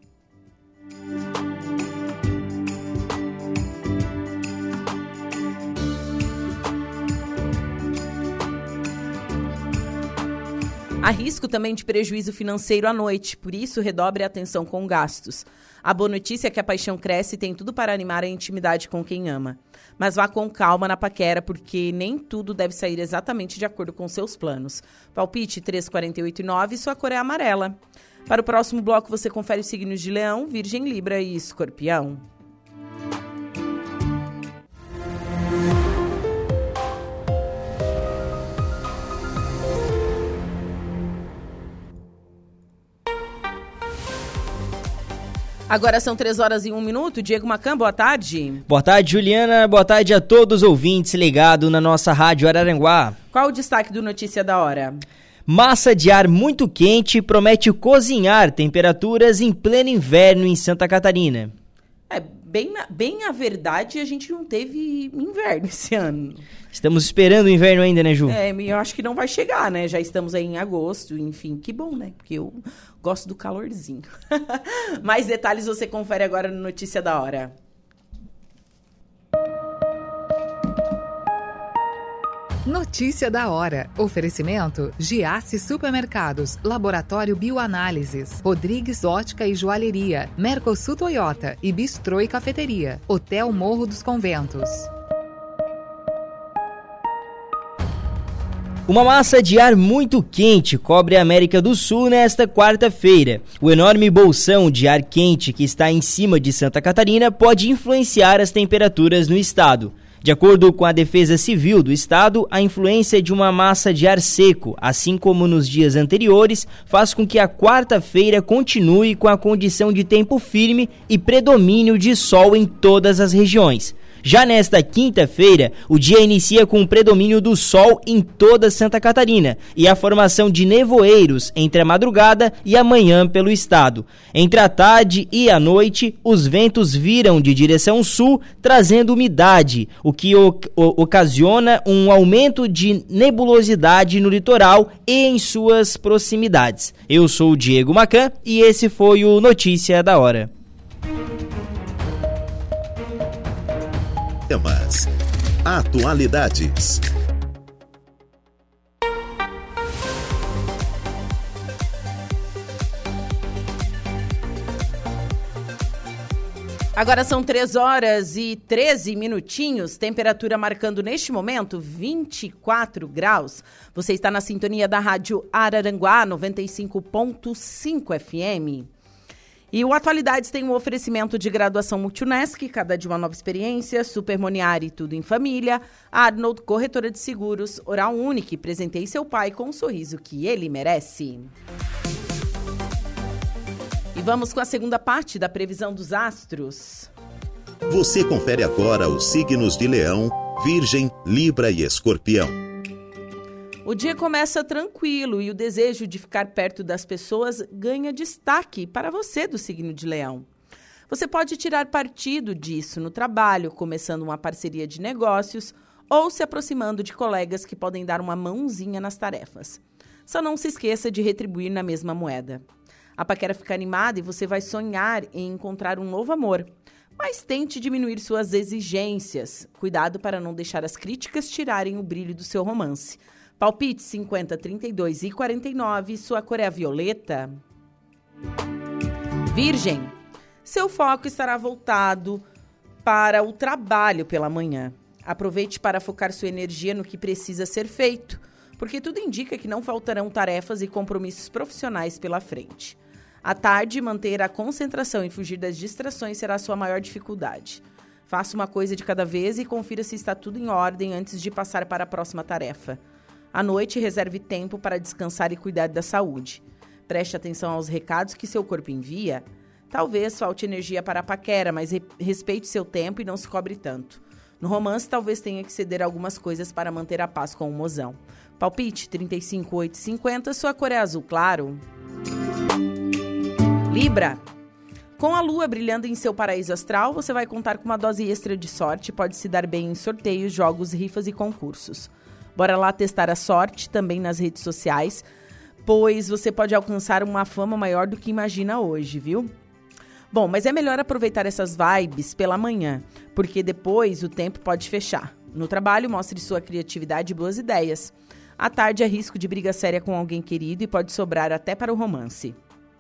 Há risco também de prejuízo financeiro à noite, por isso redobre a atenção com gastos. A boa notícia é que a paixão cresce e tem tudo para animar a intimidade com quem ama. Mas vá com calma na paquera, porque nem tudo deve sair exatamente de acordo com seus planos. Palpite 3, 48 e 9, sua cor é amarela. Para o próximo bloco você confere os signos de Leão, Virgem, Libra e Escorpião. Agora são 3h01. Diego Macan, boa tarde. Boa tarde, Juliana. Boa tarde a todos os ouvintes ligados na nossa Rádio Araranguá. Qual o destaque do Notícia da Hora? Massa de ar muito quente promete cozinhar temperaturas em pleno inverno em Santa Catarina. Bem a verdade, a gente não teve inverno esse ano. Estamos esperando o inverno ainda, né, Ju? Eu acho que não vai chegar, né? Já estamos aí em agosto, enfim, que bom, né? Porque eu gosto do calorzinho. Mais detalhes você confere agora no Notícia da Hora. Notícia da hora. Oferecimento: Giasse Supermercados, Laboratório Bioanálises, Rodrigues Ótica e Joalheria, Mercosul Toyota e Bistrô e Cafeteria, Hotel Morro dos Conventos. Uma massa de ar muito quente cobre a América do Sul nesta quarta-feira. O enorme bolsão de ar quente que está em cima de Santa Catarina pode influenciar as temperaturas no estado. De acordo com a Defesa Civil do Estado, a influência de uma massa de ar seco, assim como nos dias anteriores, faz com que a quarta-feira continue com a condição de tempo firme e predomínio de sol em todas as regiões. Já nesta quinta-feira, o dia inicia com o predomínio do sol em toda Santa Catarina e a formação de nevoeiros entre a madrugada e a manhã pelo estado. Entre a tarde e a noite, os ventos viram de direção sul, trazendo umidade, o que ocasiona um aumento de nebulosidade no litoral e em suas proximidades. Eu sou o Diego Macan e esse foi o Notícia da Hora. Temas. Atualidades. Agora são 3h13, temperatura marcando neste momento 24 graus. Você está na sintonia da Rádio Araranguá 95.5 FM. E o Atualidades tem um oferecimento de graduação Multunesc, cada dia uma nova experiência, Super Moniari, tudo em família, Arnold, corretora de seguros, Oral Unique, presentei seu pai com o sorriso que ele merece. E vamos com a segunda parte da previsão dos astros. Você confere agora os signos de Leão, Virgem, Libra e Escorpião. O dia começa tranquilo e o desejo de ficar perto das pessoas ganha destaque para você do signo de Leão. Você pode tirar partido disso no trabalho, começando uma parceria de negócios ou se aproximando de colegas que podem dar uma mãozinha nas tarefas. Só não se esqueça de retribuir na mesma moeda. A paquera fica animada e você vai sonhar em encontrar um novo amor. Mas tente diminuir suas exigências. Cuidado para não deixar as críticas tirarem o brilho do seu romance. Palpite 50, 32 e 49, sua cor é a violeta. Virgem, seu foco estará voltado para o trabalho pela manhã. Aproveite para focar sua energia no que precisa ser feito, porque tudo indica que não faltarão tarefas e compromissos profissionais pela frente. À tarde, manter a concentração e fugir das distrações será a sua maior dificuldade. Faça uma coisa de cada vez e confira se está tudo em ordem antes de passar para a próxima tarefa. À noite, reserve tempo para descansar e cuidar da saúde. Preste atenção aos recados que seu corpo envia. Talvez falte energia para a paquera, mas respeite seu tempo e não se cobre tanto. No romance, talvez tenha que ceder algumas coisas para manter a paz com o mozão. Palpite 35, 8 e 50, sua cor é azul claro. Libra. Com a lua brilhando em seu paraíso astral, você vai contar com uma dose extra de sorte e pode se dar bem em sorteios, jogos, rifas e concursos. Bora lá testar a sorte também nas redes sociais, pois você pode alcançar uma fama maior do que imagina hoje, viu? Bom, mas é melhor aproveitar essas vibes pela manhã, porque depois o tempo pode fechar. No trabalho, mostre sua criatividade e boas ideias. À tarde, há risco de briga séria com alguém querido e pode sobrar até para o romance.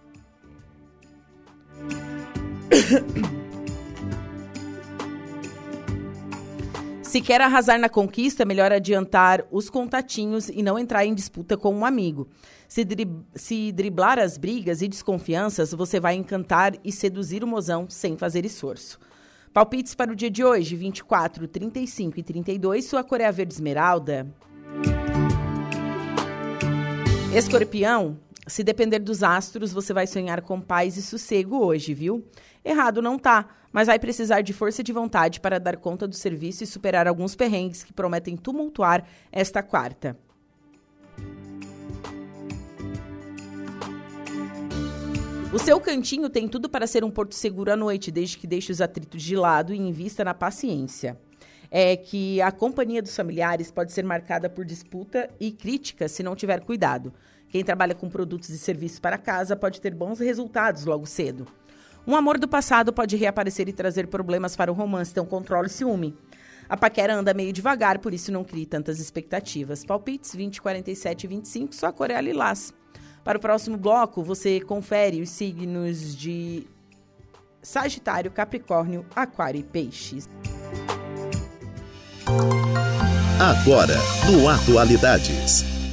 Se quer arrasar na conquista, é melhor adiantar os contatinhos e não entrar em disputa com um amigo. Se driblar as brigas e desconfianças, você vai encantar e seduzir o mozão sem fazer esforço. Palpites para o dia de hoje, 24, 35 e 32, sua cor é a verde esmeralda. Escorpião, se depender dos astros, você vai sonhar com paz e sossego hoje, viu? Errado não tá, mas vai precisar de força de vontade para dar conta do serviço e superar alguns perrengues que prometem tumultuar esta quarta. O seu cantinho tem tudo para ser um porto seguro à noite, desde que deixe os atritos de lado e invista na paciência. É que a companhia dos familiares pode ser marcada por disputa e crítica se não tiver cuidado. Quem trabalha com produtos e serviços para casa pode ter bons resultados logo cedo. Um amor do passado pode reaparecer e trazer problemas para o romance, então controle o ciúme. A paquera anda meio devagar, por isso não crie tantas expectativas. Palpites 20, 47 e 25, sua cor é a lilás. Para o próximo bloco, você confere os signos de Sagitário, Capricórnio, Aquário e Peixes. Agora, no Atualidades.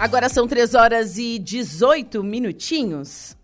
Agora são 3h18.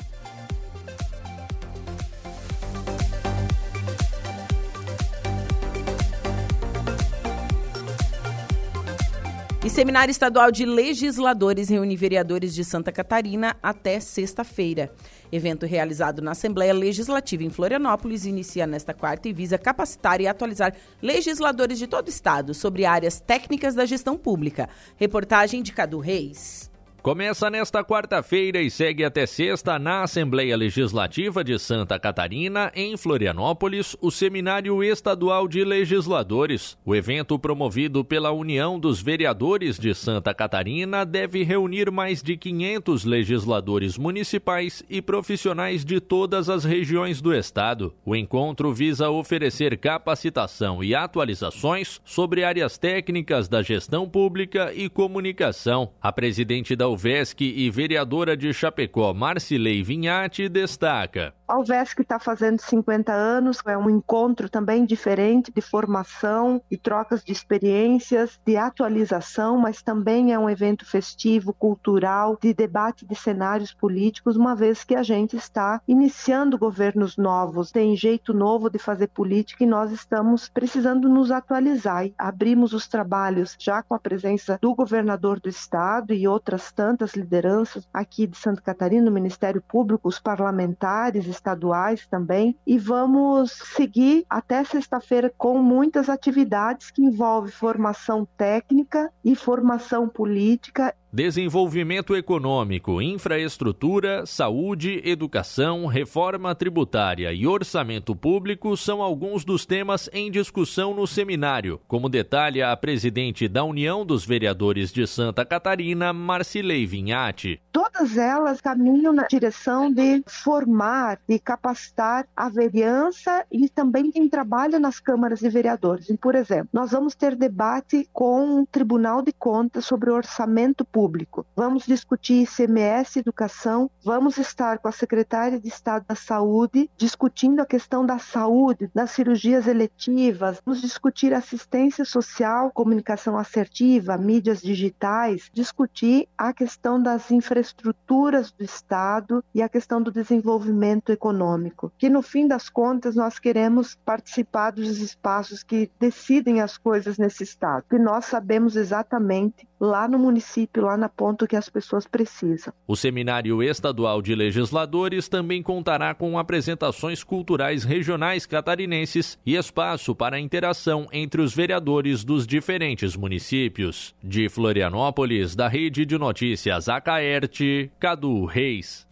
E Seminário Estadual de Legisladores reúne vereadores de Santa Catarina até sexta-feira. Evento realizado na Assembleia Legislativa em Florianópolis inicia nesta quarta e visa capacitar e atualizar legisladores de todo o estado sobre áreas técnicas da gestão pública. Reportagem de Cadu Reis. Começa nesta quarta-feira e segue até sexta na Assembleia Legislativa de Santa Catarina, em Florianópolis, o Seminário Estadual de Legisladores. O evento, promovido pela União dos Vereadores de Santa Catarina, deve reunir mais de 500 legisladores municipais e profissionais de todas as regiões do estado. O encontro visa oferecer capacitação e atualizações sobre áreas técnicas da gestão pública e comunicação. A presidente da UVESC e vereadora de Chapecó, Marcilei Vinhati, destaca. A UVESC está fazendo 50 anos, é um encontro também diferente de formação e trocas de experiências, de atualização, mas também é um evento festivo, cultural, de debate de cenários políticos, uma vez que a gente está iniciando governos novos, tem jeito novo de fazer política e nós estamos precisando nos atualizar. Abrimos os trabalhos já com a presença do governador do estado e outras tantas lideranças aqui de Santa Catarina, no Ministério Público, os parlamentares estaduais também, e vamos seguir até sexta-feira com muitas atividades que envolvem formação técnica e formação política. Desenvolvimento econômico, infraestrutura, saúde, educação, reforma tributária e orçamento público são alguns dos temas em discussão no seminário, como detalha a presidente da União dos Vereadores de Santa Catarina, Marcilei Vinhati. Todas elas caminham na direção de formar, de capacitar a vereança e também quem trabalha nas câmaras de vereadores. E, por exemplo, nós vamos ter debate com o Tribunal de Contas sobre o orçamento público. Vamos discutir ICMS, educação, vamos estar com a secretária de Estado da Saúde, discutindo a questão da saúde, das cirurgias eletivas, vamos discutir assistência social, comunicação assertiva, mídias digitais, discutir a questão das infraestruturas do Estado e a questão do desenvolvimento econômico, que no fim das contas nós queremos participar dos espaços que decidem as coisas nesse Estado, que nós sabemos exatamente lá no município, lá na ponta que as pessoas precisam. O Seminário Estadual de Legisladores também contará com apresentações culturais regionais catarinenses e espaço para interação entre os vereadores dos diferentes municípios. De Florianópolis, da Rede de Notícias Acaerte, Cadu Reis.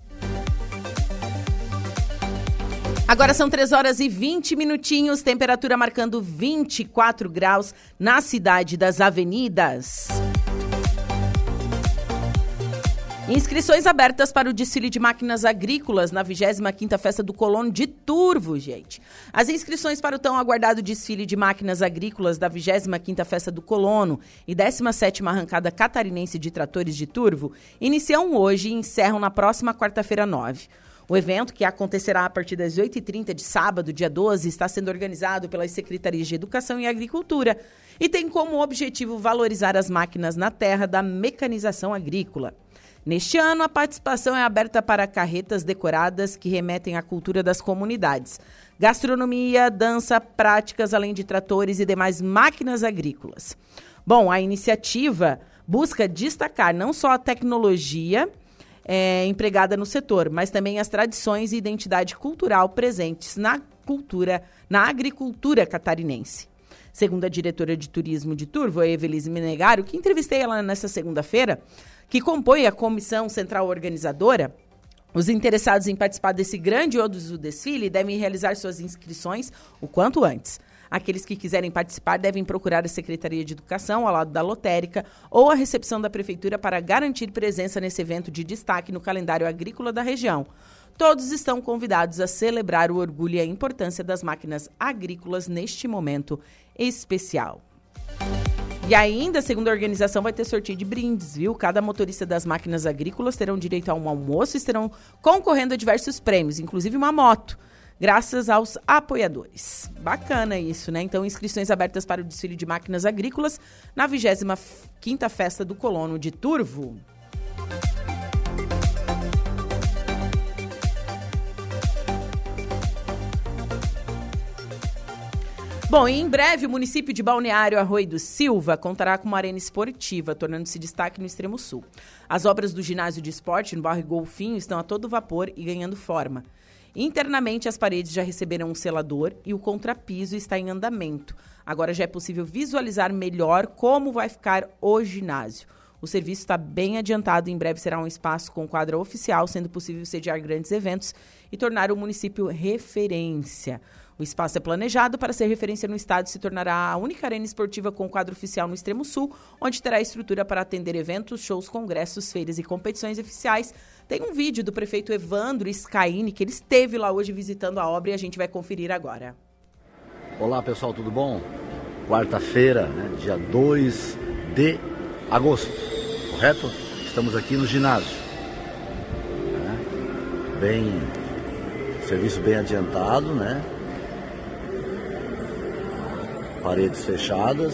Agora são 3h20, temperatura marcando 24 graus na cidade das avenidas. Inscrições abertas para o desfile de máquinas agrícolas na 25ª Festa do Colono de Turvo, gente. As inscrições para o tão aguardado desfile de máquinas agrícolas da 25ª Festa do Colono e 17ª Arrancada Catarinense de Tratores de Turvo iniciam hoje e encerram na próxima quarta-feira 9. O evento, que acontecerá a partir das 8h30 de sábado, dia 12, está sendo organizado pelas Secretarias de Educação e Agricultura e tem como objetivo valorizar as máquinas na terra da mecanização agrícola. Neste ano, a participação é aberta para carretas decoradas que remetem à cultura das comunidades, gastronomia, dança, práticas, além de tratores e demais máquinas agrícolas. Bom, a iniciativa busca destacar não só a tecnologia empregada no setor, mas também as tradições e identidade cultural presentes na agricultura catarinense. Segundo a diretora de turismo de Turvo, a Evelise Menegaro, que entrevistei ela nesta segunda-feira, que compõe a comissão central organizadora, os interessados em participar desse grandioso desfile devem realizar suas inscrições o quanto antes. Aqueles que quiserem participar devem procurar a Secretaria de Educação, ao lado da lotérica, ou a recepção da Prefeitura para garantir presença nesse evento de destaque no calendário agrícola da região. Todos estão convidados a celebrar o orgulho e a importância das máquinas agrícolas neste momento especial. E ainda, segundo a organização, vai ter sorteio de brindes, viu? Cada motorista das máquinas agrícolas terão direito a um almoço e estarão concorrendo a diversos prêmios, inclusive uma moto. graças aos apoiadores. Bacana isso, né? Então, inscrições abertas para o desfile de máquinas agrícolas na 25ª Festa do Colono de Turvo. Bom, e em breve o município de Balneário Arroio do Silva contará com uma arena esportiva, tornando-se destaque no extremo sul. As obras do ginásio de esporte no bairro Golfinho estão a todo vapor e ganhando forma. Internamente, as paredes já receberam um selador e o contrapiso está em andamento. Agora já é possível visualizar melhor como vai ficar o ginásio. O serviço está bem adiantado e em breve será um espaço com quadra oficial, sendo possível sediar grandes eventos e tornar o município referência. O espaço é planejado para ser referência no estado e se tornará a única arena esportiva com quadro oficial no extremo sul, onde terá estrutura para atender eventos, shows, congressos, feiras e competições oficiais. Tem um vídeo do prefeito Evandro Scaini, que ele esteve lá hoje visitando a obra e a gente vai conferir agora. Olá pessoal, tudo bom? Quarta-feira, né, dia 2 de agosto, correto? Estamos aqui no ginásio. Serviço bem adiantado, né? Paredes fechadas.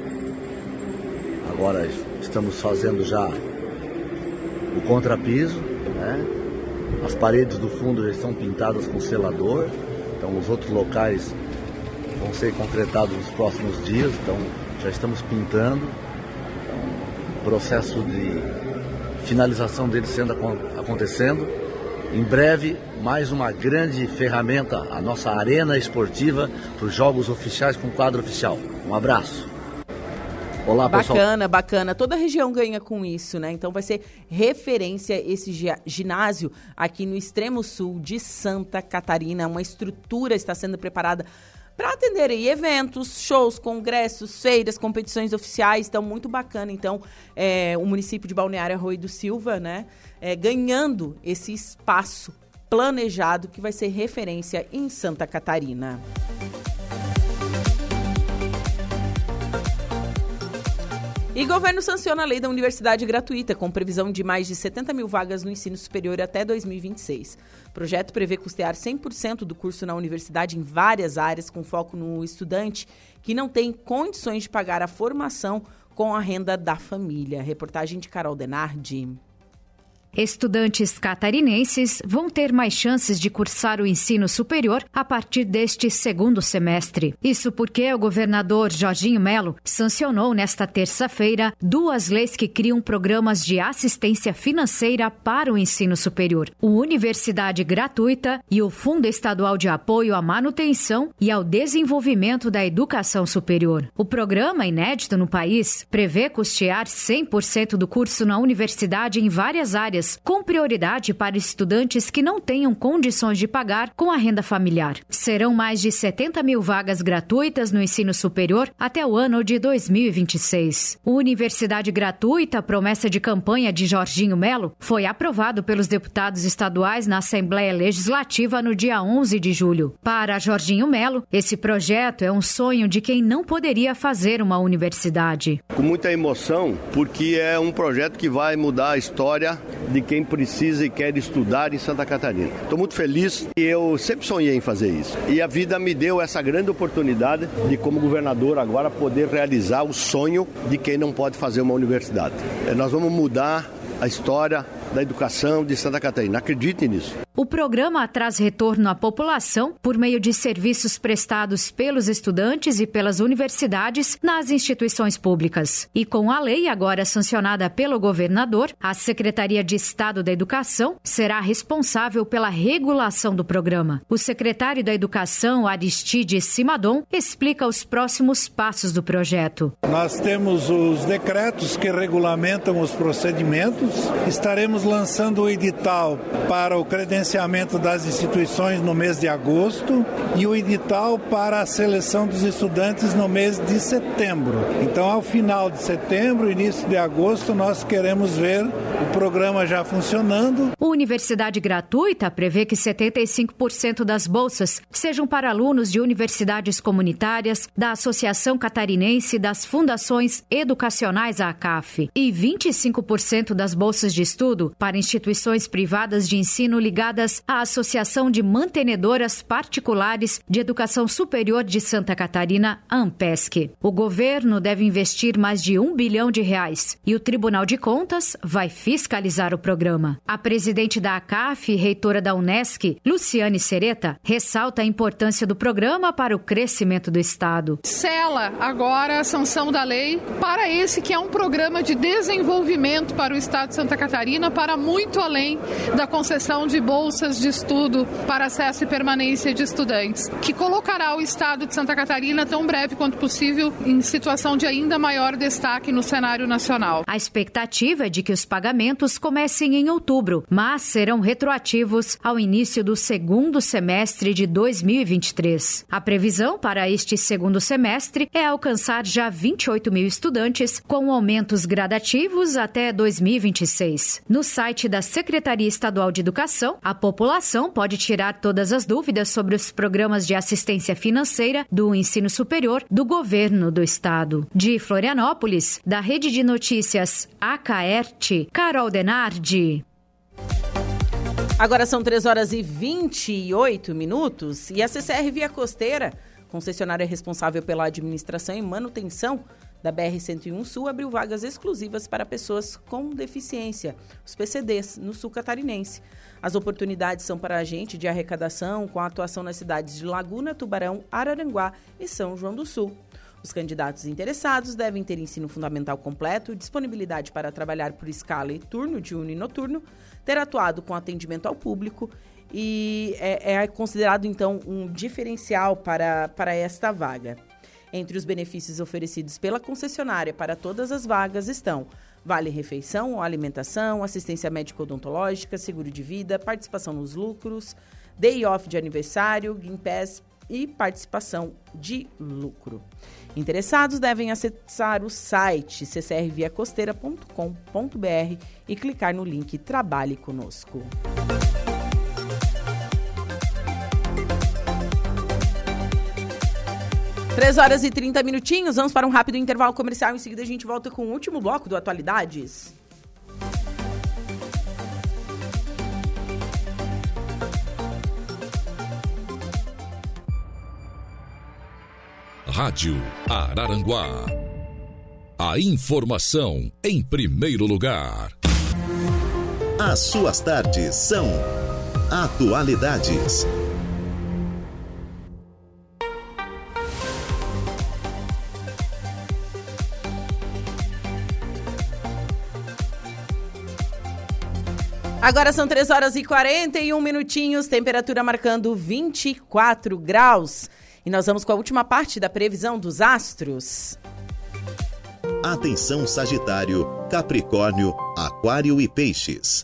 Agora estamos fazendo já o contrapiso, né? As paredes do fundo já estão pintadas com selador. Então os outros locais vão ser concretados nos próximos dias. Então já estamos pintando. Então, o processo de finalização deles acontecendo. Em breve, mais uma grande ferramenta, a nossa arena esportiva para os jogos oficiais com quadro oficial. Um abraço. Olá, pessoal. Bacana. Toda a região ganha com isso, né? Então vai ser referência esse ginásio aqui no extremo sul de Santa Catarina. Uma estrutura está sendo preparada para atender aí eventos, shows, congressos, feiras, competições oficiais. Então, muito bacana. Então, o município de Balneário Arroio do Silva, né, ganhando esse espaço planejado que vai ser referência em Santa Catarina. E governo sanciona a lei da universidade gratuita, com previsão de mais de 70 mil vagas no ensino superior até 2026. O projeto prevê custear 100% do curso na universidade em várias áreas, com foco no estudante que não tem condições de pagar a formação com a renda da família. Reportagem de Carol Denardi. Estudantes catarinenses vão ter mais chances de cursar o ensino superior a partir deste segundo semestre. Isso porque o governador Jorginho Melo sancionou nesta terça-feira 2 leis que criam programas de assistência financeira para o ensino superior: o Universidade Gratuita e o Fundo Estadual de Apoio à Manutenção e ao Desenvolvimento da Educação Superior. O programa, inédito no país, prevê custear 100% do curso na universidade em várias áreas, com prioridade para estudantes que não tenham condições de pagar com a renda familiar. Serão mais de 70 mil vagas gratuitas no ensino superior até o ano de 2026. O Universidade Gratuita, promessa de campanha de Jorginho Melo, foi aprovado pelos deputados estaduais na Assembleia Legislativa no dia 11 de julho. Para Jorginho Melo, esse projeto é um sonho de quem não poderia fazer uma universidade. Com muita emoção, porque é um projeto que vai mudar a história de quem precisa e quer estudar em Santa Catarina. Estou muito feliz e eu sempre sonhei em fazer isso. E a vida me deu essa grande oportunidade de, como governador, agora poder realizar o sonho de quem não pode fazer uma universidade. Nós vamos mudar a história da educação de Santa Catarina. Acreditem nisso. O programa traz retorno à população por meio de serviços prestados pelos estudantes e pelas universidades nas instituições públicas. E com a lei agora sancionada pelo governador, a Secretaria de Estado da Educação será responsável pela regulação do programa. O secretário da Educação, Aristide Simadon, explica os próximos passos do projeto. Nós temos os decretos que regulamentam os procedimentos. Estaremos lançando o edital para o credenciamento das instituições no mês de agosto e o edital para a seleção dos estudantes no mês de setembro. Então, ao final de setembro, início de agosto, nós queremos ver o programa já funcionando. A Universidade Gratuita prevê que 75% das bolsas sejam para alunos de universidades comunitárias, da Associação Catarinense das Fundações Educacionais ACAF, e 25% das bolsas de estudo para instituições privadas de ensino ligadas vinculadas à Associação de Mantenedoras Particulares de Educação Superior de Santa Catarina, a AMPESC. O governo deve investir mais de R$1 bilhão e o Tribunal de Contas vai fiscalizar o programa. A presidente da ACAF e reitora da Unesc, Luciane Sereta, ressalta a importância do programa para o crescimento do Estado. Sela agora a sanção da lei para esse que é um programa de desenvolvimento para o Estado de Santa Catarina, para muito além da concessão de bolsas de estudo para acesso e permanência de estudantes, que colocará o Estado de Santa Catarina tão breve quanto possível em situação de ainda maior destaque no cenário nacional. A expectativa é de que os pagamentos comecem em outubro, mas serão retroativos ao início do segundo semestre de 2023. A previsão para este segundo semestre é alcançar já 28 mil estudantes, com aumentos gradativos até 2026. No site da Secretaria Estadual de Educação, a população pode tirar todas as dúvidas sobre os programas de assistência financeira do ensino superior do governo do Estado. De Florianópolis, da Rede de Notícias Acaerte, Carol Denardi. Agora são 3h28 e a CCR Via Costeira, concessionária responsável pela administração e manutenção da BR-101 Sul, abriu vagas exclusivas para pessoas com deficiência, os PCDs, no sul catarinense. As oportunidades são para agente de arrecadação com atuação nas cidades de Laguna, Tubarão, Araranguá e São João do Sul. Os candidatos interessados devem ter ensino fundamental completo, disponibilidade para trabalhar por escala e turno, diurno e noturno, ter atuado com atendimento ao público e é considerado, então, um diferencial para esta vaga. Entre os benefícios oferecidos pela concessionária para todas as vagas estão vale-refeição ou alimentação, assistência médico-odontológica, seguro de vida, participação nos lucros, day off de aniversário, Gimpass e participação de lucro. Interessados devem acessar o site ccrviacosteira.com.br e clicar no link Trabalhe Conosco. Três horas e 30 minutinhos, vamos para um rápido intervalo comercial. Em seguida a gente volta com o último bloco do Atualidades. Rádio Araranguá. A informação em primeiro lugar. As suas tardes são Atualidades. Agora são 3 horas e 41 minutinhos, temperatura marcando 24 graus. E nós vamos com a última parte da previsão dos astros. Atenção Sagitário, Capricórnio, Aquário e Peixes.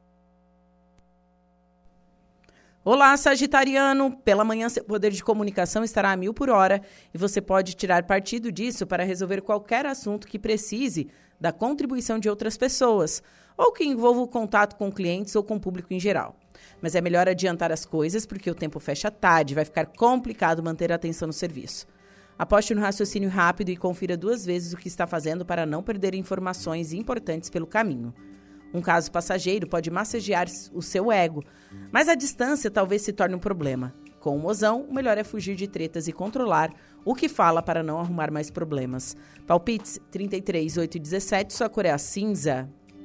Olá, Sagitariano. Pela manhã, seu poder de comunicação estará a 1000 por hora e você pode tirar partido disso para resolver qualquer assunto que precise da contribuição de outras pessoas ou que envolva o contato com clientes ou com o público em geral. Mas é melhor adiantar as coisas porque o tempo fecha tarde e vai ficar complicado manter a atenção no serviço. Aposte no raciocínio rápido e confira 2 vezes o que está fazendo para não perder informações importantes pelo caminho. Um caso passageiro pode massagear o seu ego, mas a distância talvez se torne um problema. Com o mozão, o melhor é fugir de tretas e controlar o que fala para não arrumar mais problemas. Palpites 33, 8 e 17, sua cor é a cinza.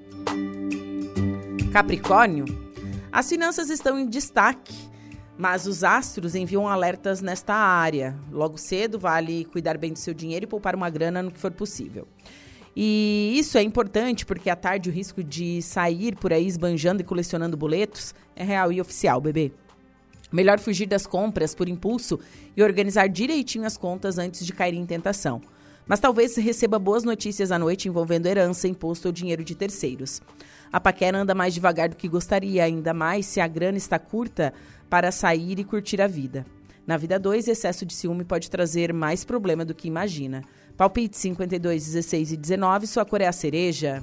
Capricórnio. As finanças estão em destaque, mas os astros enviam alertas nesta área. Logo cedo, vale cuidar bem do seu dinheiro e poupar uma grana no que for possível. E isso é importante porque à tarde o risco de sair por aí esbanjando e colecionando boletos é real e oficial, bebê. Melhor fugir das compras por impulso e organizar direitinho as contas antes de cair em tentação. Mas talvez receba boas notícias à noite envolvendo herança, imposto ou dinheiro de terceiros. A paquera anda mais devagar do que gostaria, ainda mais se a grana está curta para sair e curtir a vida. Na vida 2, excesso de ciúme pode trazer mais problema do que imagina. Palpite 52, 16 e 19, sua cor é a cereja.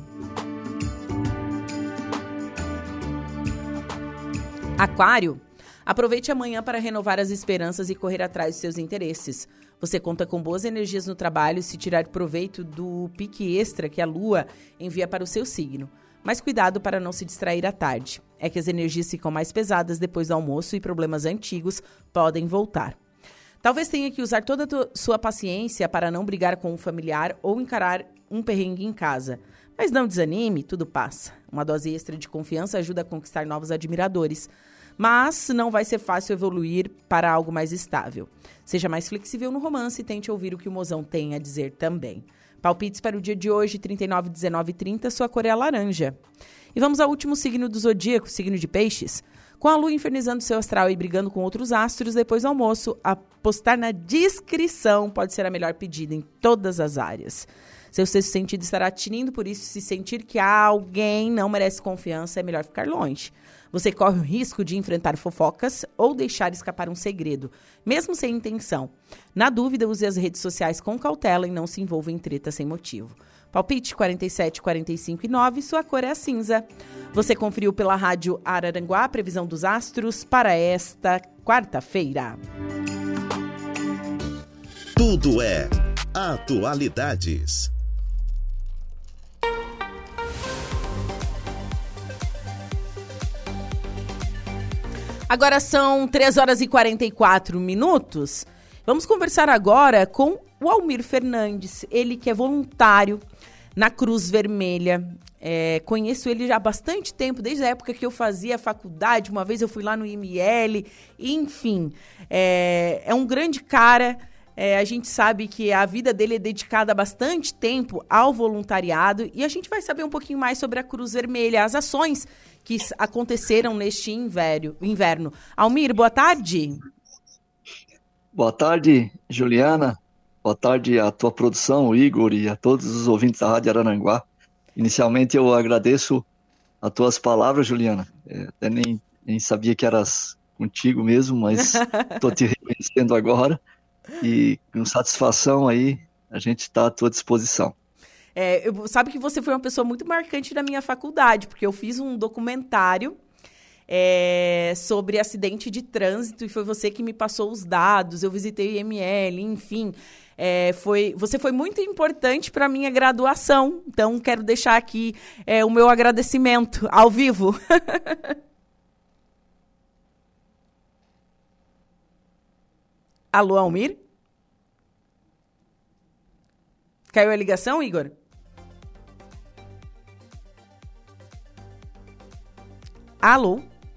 Aquário. Aproveite amanhã para renovar as esperanças e correr atrás dos seus interesses. Você conta com boas energias no trabalho se tirar proveito do pique extra que a Lua envia para o seu signo. Mas cuidado para não se distrair à tarde. É que as energias ficam mais pesadas depois do almoço e problemas antigos podem voltar. Talvez tenha que usar toda a sua paciência para não brigar com um familiar ou encarar um perrengue em casa. Mas não desanime, tudo passa. Uma dose extra de confiança ajuda a conquistar novos admiradores. Mas não vai ser fácil evoluir para algo mais estável. Seja mais flexível no romance e tente ouvir o que o mozão tem a dizer também. Palpites para o dia de hoje, 39, 19 e 30, sua cor é a laranja. E vamos ao último signo do zodíaco, signo de peixes. Com a lua infernizando seu astral e brigando com outros astros, depois do almoço, apostar na discrição pode ser a melhor pedida em todas as áreas. Seu sexto sentido estará tinindo, por isso, se sentir que alguém não merece confiança, é melhor ficar longe. Você corre o risco de enfrentar fofocas ou deixar escapar um segredo, mesmo sem intenção. Na dúvida, use as redes sociais com cautela e não se envolva em treta sem motivo. Palpite 47, 45 e 9, sua cor é a cinza. Você conferiu pela Rádio Araranguá a previsão dos astros para esta quarta-feira. Tudo é atualidades. Agora são 3 horas e 44 minutos. Vamos conversar agora com o Almir Fernandes, ele que é voluntário na Cruz Vermelha. Conheço ele já há bastante tempo, desde a época que eu fazia faculdade. Uma vez eu fui lá no IML, enfim. É um grande cara. A gente sabe que a vida dele é dedicada há bastante tempo ao voluntariado. E a gente vai saber um pouquinho mais sobre a Cruz Vermelha, as ações que aconteceram neste inverno. Almir, boa tarde. Boa tarde, Juliana. Boa tarde à tua produção, o Igor, e a todos os ouvintes da Rádio Araranguá. Inicialmente eu agradeço as tuas palavras, Juliana. Até nem sabia que eras contigo mesmo, mas estou te reconhecendo agora. E com satisfação aí, a gente está à tua disposição. Sabe que você foi uma pessoa muito marcante na minha faculdade, porque eu fiz um documentário sobre acidente de trânsito e foi você que me passou os dados, eu visitei o IML, enfim. Você foi muito importante para a minha graduação, então quero deixar aqui o meu agradecimento ao vivo. Alô, Almir? Caiu a ligação, Igor? Alô?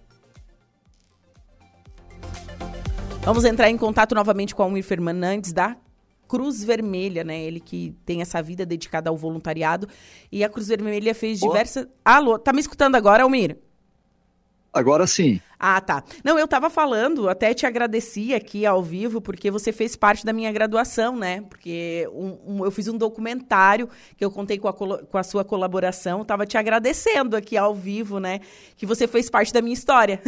Vamos entrar em contato novamente com o Almir Fernandes da Cruz Vermelha, né? Ele que tem essa vida dedicada ao voluntariado. E a Cruz Vermelha fez diversas... Alô, tá me escutando agora, Almir? Agora sim. Ah, tá. Não, eu tava falando, até te agradeci aqui ao vivo, porque você fez parte da minha graduação, né? Porque eu fiz um documentário que eu contei com a sua colaboração. Tava te agradecendo aqui ao vivo, né? Que você fez parte da minha história.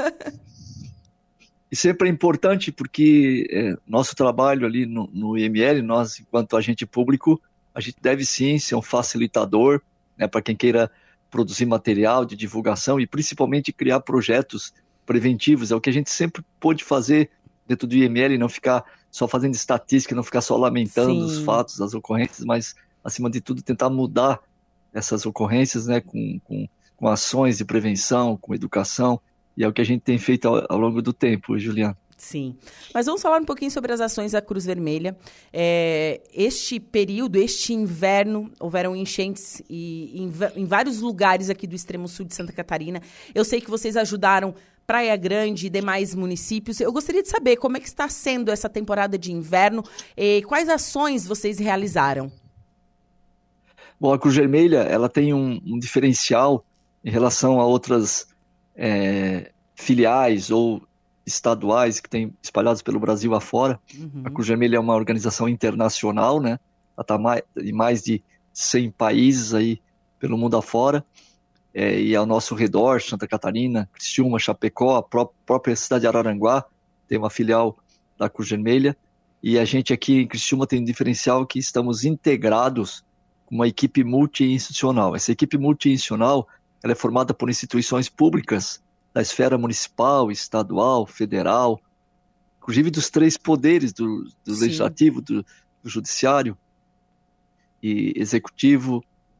E sempre é importante porque nosso trabalho ali no IML, nós, enquanto agente público, a gente deve sim ser um facilitador, né, para quem queira produzir material de divulgação e principalmente criar projetos preventivos. É o que a gente sempre pôde fazer dentro do IML, não ficar só fazendo estatística, não ficar só lamentando os fatos, as ocorrências, mas, acima de tudo, tentar mudar essas ocorrências, né, com ações de prevenção, com educação, e é o que a gente tem feito ao longo do tempo, Juliana. Sim, mas vamos falar um pouquinho sobre as ações da Cruz Vermelha. Este período, este inverno, houveram enchentes em vários lugares aqui do extremo sul de Santa Catarina. Eu sei que vocês ajudaram Praia Grande e demais municípios. Eu gostaria de saber como é que está sendo essa temporada de inverno e quais ações vocês realizaram. Bom, a Cruz Vermelha ela tem um diferencial em relação a outras filiais ou estaduais que tem espalhados pelo Brasil afora. Uhum. A Cruz Vermelha é uma organização internacional, né? Ela está em mais de 100 países aí pelo mundo afora. E ao nosso redor, Santa Catarina, Criciúma, Chapecó, a própria cidade de Araranguá tem uma filial da Cruz Vermelha. E a gente aqui em Criciúma tem um diferencial que estamos integrados com uma equipe multi-institucional. Essa equipe multi-institucional ela é formada por instituições públicas da esfera municipal, estadual, federal, inclusive dos três poderes, do legislativo, do judiciário e executivo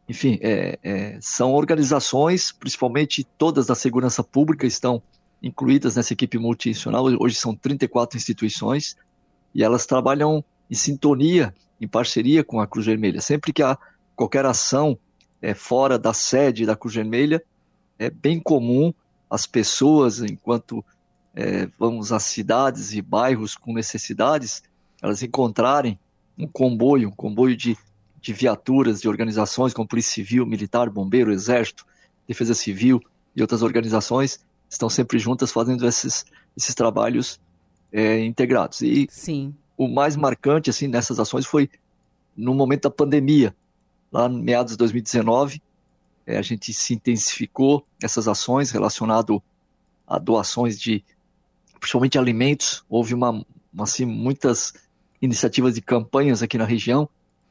enfim, são organizações, principalmente todas da segurança pública estão incluídas nessa equipe multinacional. Hoje são 34 instituições e elas trabalham em sintonia, em parceria com a Cruz Vermelha. Sempre que há qualquer ação fora da sede da Cruz Vermelha, é bem comum as pessoas, enquanto vamos às cidades e bairros com necessidades, elas encontrarem um comboio de viaturas, de organizações como Polícia Civil, Militar, Bombeiro, Exército, Defesa Civil e outras organizações, estão sempre juntas fazendo esses trabalhos integrados. E Sim. O mais marcante assim, nessas ações foi no momento da pandemia, lá no meados de 2019, a gente se intensificou essas ações relacionadas a doações de, principalmente alimentos. Houve muitas iniciativas de campanhas aqui na região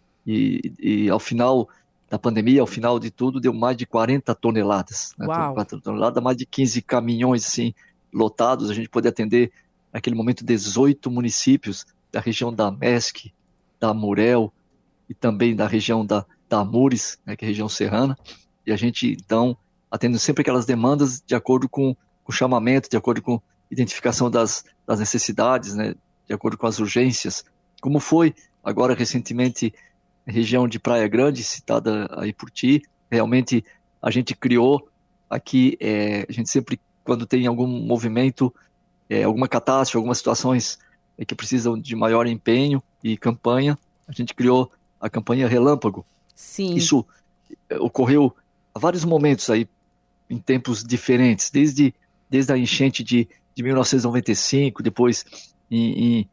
e ao final da pandemia, ao final de tudo, deu mais de 40 toneladas. Né? 40 toneladas, mais de 15 caminhões assim, lotados. A gente pôde atender, naquele momento, 18 municípios da região da MESC, da Amurel e também da região da Amures, né, que é a região serrana. E a gente, então, atende sempre aquelas demandas de acordo com o chamamento, de acordo com a identificação das necessidades, né, de acordo com as urgências. Como foi agora recentemente a região de Praia Grande, citada aí por ti, realmente a gente criou aqui, a gente sempre, quando tem algum movimento, alguma catástrofe, algumas situações que precisam de maior empenho e campanha, a gente criou a campanha Relâmpago. Sim. Isso ocorreu a vários momentos aí, em tempos diferentes, desde a enchente de 1995, depois em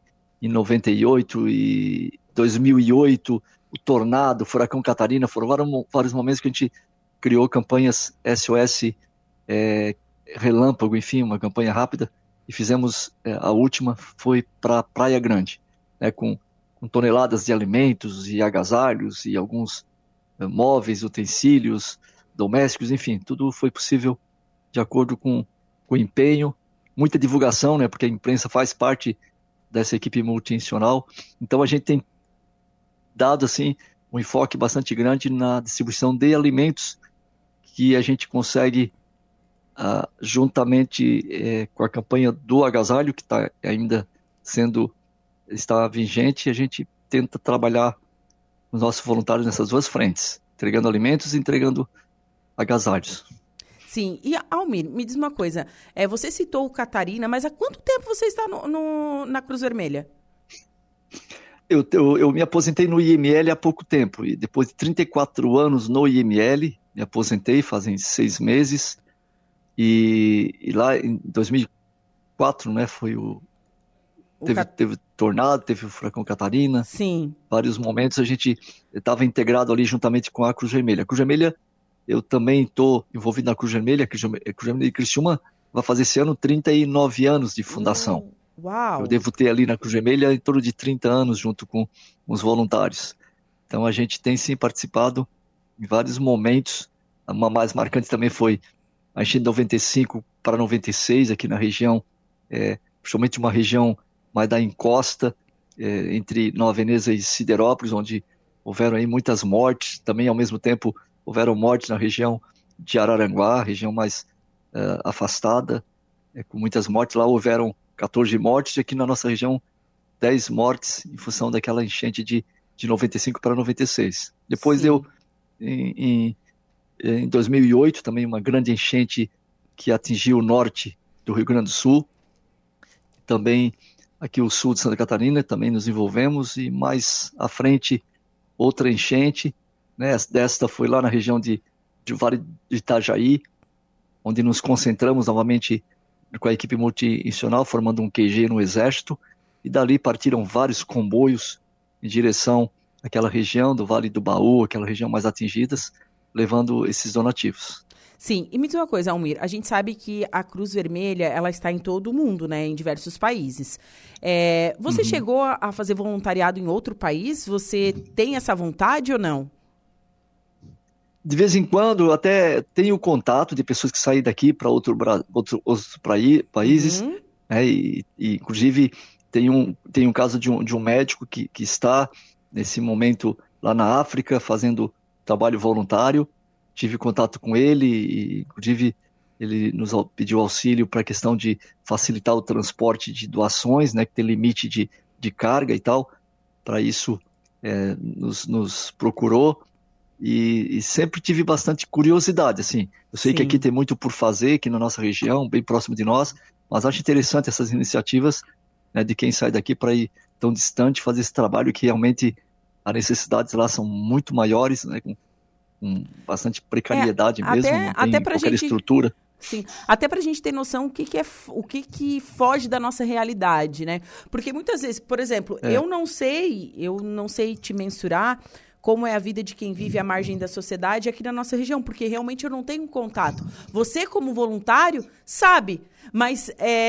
98 e 2008, o tornado, o furacão Catarina, foram vários momentos que a gente criou campanhas SOS Relâmpago, enfim, uma campanha rápida, e fizemos, a última foi para Praia Grande, né, com toneladas de alimentos e agasalhos e alguns móveis, utensílios domésticos, enfim, tudo foi possível de acordo com o empenho, muita divulgação, né, porque a imprensa faz parte dessa equipe multinacional. Então a gente tem dado assim um enfoque bastante grande na distribuição de alimentos que a gente consegue juntamente com a campanha do agasalho, que está vigente. A gente tenta trabalhar os nossos voluntários nessas duas frentes, entregando alimentos e entregando agasalhos. Sim, e Almir, me diz uma coisa, você citou o Catarina, mas há quanto tempo você está na Cruz Vermelha? Eu me aposentei no IML há pouco tempo, e depois de 34 anos no IML, me aposentei fazem 6 meses, e lá em 2004, né, foi teve tornado, teve o furacão Catarina. Sim. Vários momentos a gente estava integrado ali juntamente com a Cruz Vermelha. A Cruz Vermelha, eu também estou envolvido na Cruz Vermelha. A Cruz Vermelha de Criciúma vai fazer esse ano 39 anos de fundação. Uau! Eu devo ter ali na Cruz Vermelha em torno de 30 anos junto com os voluntários. Então a gente tem sim participado em vários momentos. Uma mais marcante também foi a enchente de 95 para 96 aqui na região, principalmente uma região mais da encosta, entre Nova Veneza e Siderópolis, onde houveram aí muitas mortes. Também, ao mesmo tempo, houveram mortes na região de Araranguá, região mais afastada, com muitas mortes. Lá houveram 14 mortes, e aqui na nossa região 10 mortes em função daquela enchente de 95 para 96. Depois deu, em 2008, também uma grande enchente que atingiu o norte do Rio Grande do Sul. Também aqui o sul de Santa Catarina, também nos envolvemos, e mais à frente outra enchente, né? Desta foi lá na região de Vale de Itajaí, onde nos concentramos novamente com a equipe multinacional, formando um QG no Exército, e dali partiram vários comboios em direção àquela região do Vale do Baú, aquela região mais atingidas, levando esses donativos. Sim, e me diz uma coisa, Almir, a gente sabe que a Cruz Vermelha, ela está em todo o mundo, né, em diversos países. Você chegou a fazer voluntariado em outro país? Você tem essa vontade ou não? De vez em quando, até tenho contato de pessoas que saem daqui para outros países, né, e inclusive tem um caso de um médico que está, nesse momento, lá na África, fazendo trabalho voluntário, tive contato com ele e, inclusive, ele nos pediu auxílio para a questão de facilitar o transporte de doações, né, que tem limite de carga e tal. Para isso, nos procurou e sempre tive bastante curiosidade. Assim. Eu sei que aqui tem muito por fazer, aqui na nossa região, bem próximo de nós, mas acho interessante essas iniciativas, né, de quem sai daqui para ir tão distante, fazer esse trabalho que realmente as necessidades lá são muito maiores, né, com bastante precariedade mesmo, não tem qualquer estrutura. Sim, até para a gente ter noção o que foge da nossa realidade, né? Porque muitas vezes, por exemplo, eu não sei te mensurar como é a vida de quem vive à margem da sociedade aqui na nossa região, porque realmente eu não tenho contato. Você, como voluntário, sabe, mas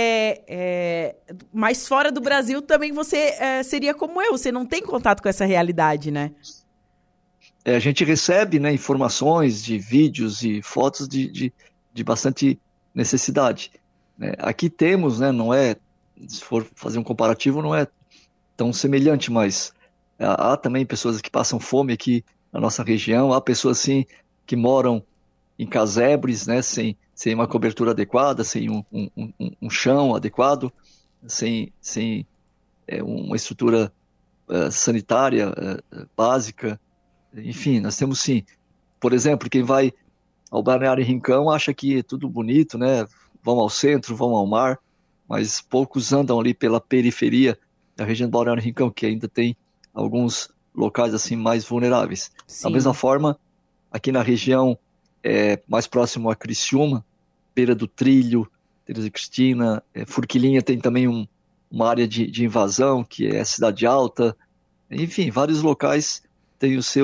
fora do Brasil também você seria como eu, você não tem contato com essa realidade, né? A gente recebe, né, informações de vídeos e fotos de bastante necessidade. Aqui temos, né, não é, se for fazer um comparativo, não é tão semelhante, mas há também pessoas que passam fome aqui na nossa região, há pessoas assim que moram em casebres, né, sem uma cobertura adequada, sem um chão adequado, sem uma estrutura sanitária básica. Enfim, nós temos sim, por exemplo, quem vai ao Balneário Rincão acha que é tudo bonito, né? Vão ao centro, vão ao mar, mas poucos andam ali pela periferia da região do Balneário Rincão, que ainda tem alguns locais assim mais vulneráveis. Sim. Da mesma forma, aqui na região mais próximo a Criciúma, Beira do Trilho, Teresa Cristina, Forquilinha tem também uma área de invasão, que é Cidade Alta, enfim, vários locais têm os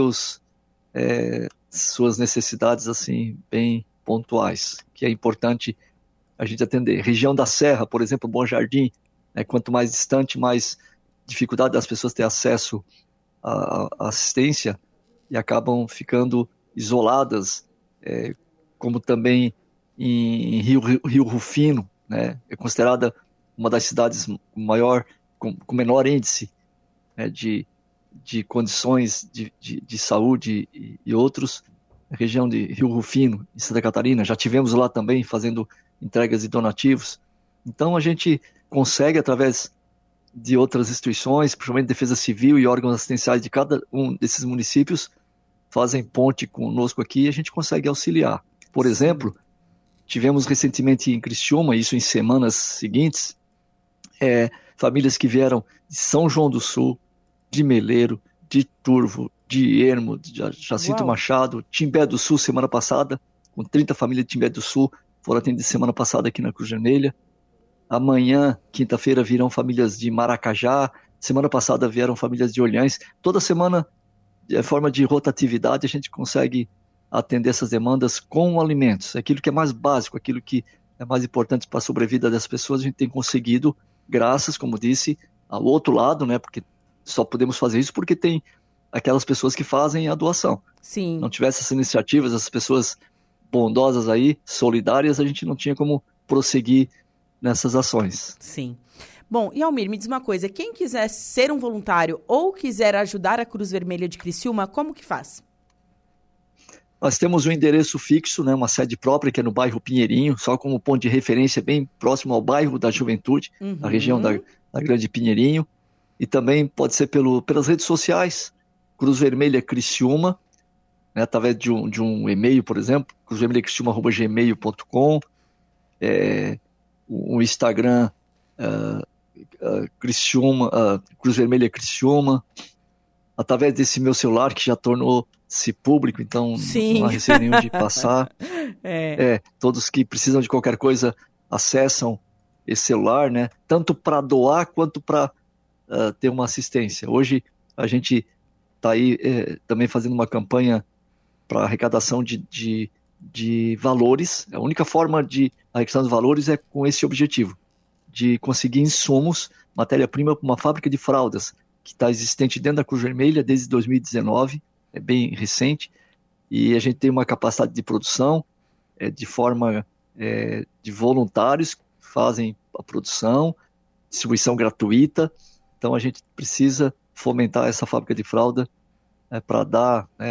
suas necessidades assim bem pontuais, que é importante a gente atender. Região da Serra, por exemplo, Bom Jardim, quanto mais distante, mais dificuldade das pessoas ter acesso à assistência e acabam ficando isoladas, como também em Rio Rufino, né, é considerada uma das cidades com menor índice, né, de condições de saúde e outros, na região de Rio Rufino, em Santa Catarina. Já tivemos lá também fazendo entregas de donativos. Então a gente consegue, através de outras instituições, principalmente Defesa Civil e órgãos assistenciais de cada um desses municípios, fazem ponte conosco aqui e a gente consegue auxiliar. Por exemplo, tivemos recentemente em Criciúma, isso em semanas seguintes, famílias que vieram de São João do Sul, de Meleiro, de Turvo, de Ermo, de Jacinto Machado, Timbé do Sul, semana passada, com 30 famílias de Timbé do Sul, foram atendidas semana passada aqui na Cruz Vermelha. Amanhã, quinta-feira, virão famílias de Maracajá, semana passada vieram famílias de Olhães. Toda semana, de forma de rotatividade, a gente consegue atender essas demandas com alimentos. Aquilo que é mais básico, aquilo que é mais importante para a sobrevida das pessoas, a gente tem conseguido, graças, como disse, ao outro lado, né, porque só podemos fazer isso porque tem aquelas pessoas que fazem a doação. Sim. Não tivesse essas iniciativas, essas pessoas bondosas aí, solidárias, a gente não tinha como prosseguir nessas ações. Sim. Bom, e Almir, me diz uma coisa, quem quiser ser um voluntário ou quiser ajudar a Cruz Vermelha de Criciúma, como que faz? Nós temos um endereço fixo, né, uma sede própria, que é no bairro Pinheirinho, só como ponto de referência bem próximo ao bairro da Juventude, na região da Grande Pinheirinho. E também pode ser pelas redes sociais, Cruz Vermelha Criciúma, né, através de um e-mail, por exemplo, cruzvermelhacriciúma@gmail.com, o Instagram Cruz Vermelha Criciúma, através desse meu celular que já tornou-se público, então não há receio nenhum de passar. Todos que precisam de qualquer coisa acessam esse celular, né, tanto para doar quanto para ter uma assistência. Hoje a gente está aí também fazendo uma campanha para arrecadação de valores. A única forma de arrecadação de valores é com esse objetivo, de conseguir insumos, matéria-prima para uma fábrica de fraldas que está existente dentro da Cruz Vermelha desde 2019, é bem recente, e a gente tem uma capacidade de produção de forma de voluntários que fazem a produção, distribuição gratuita. Então a gente precisa fomentar essa fábrica de fralda para dar, né,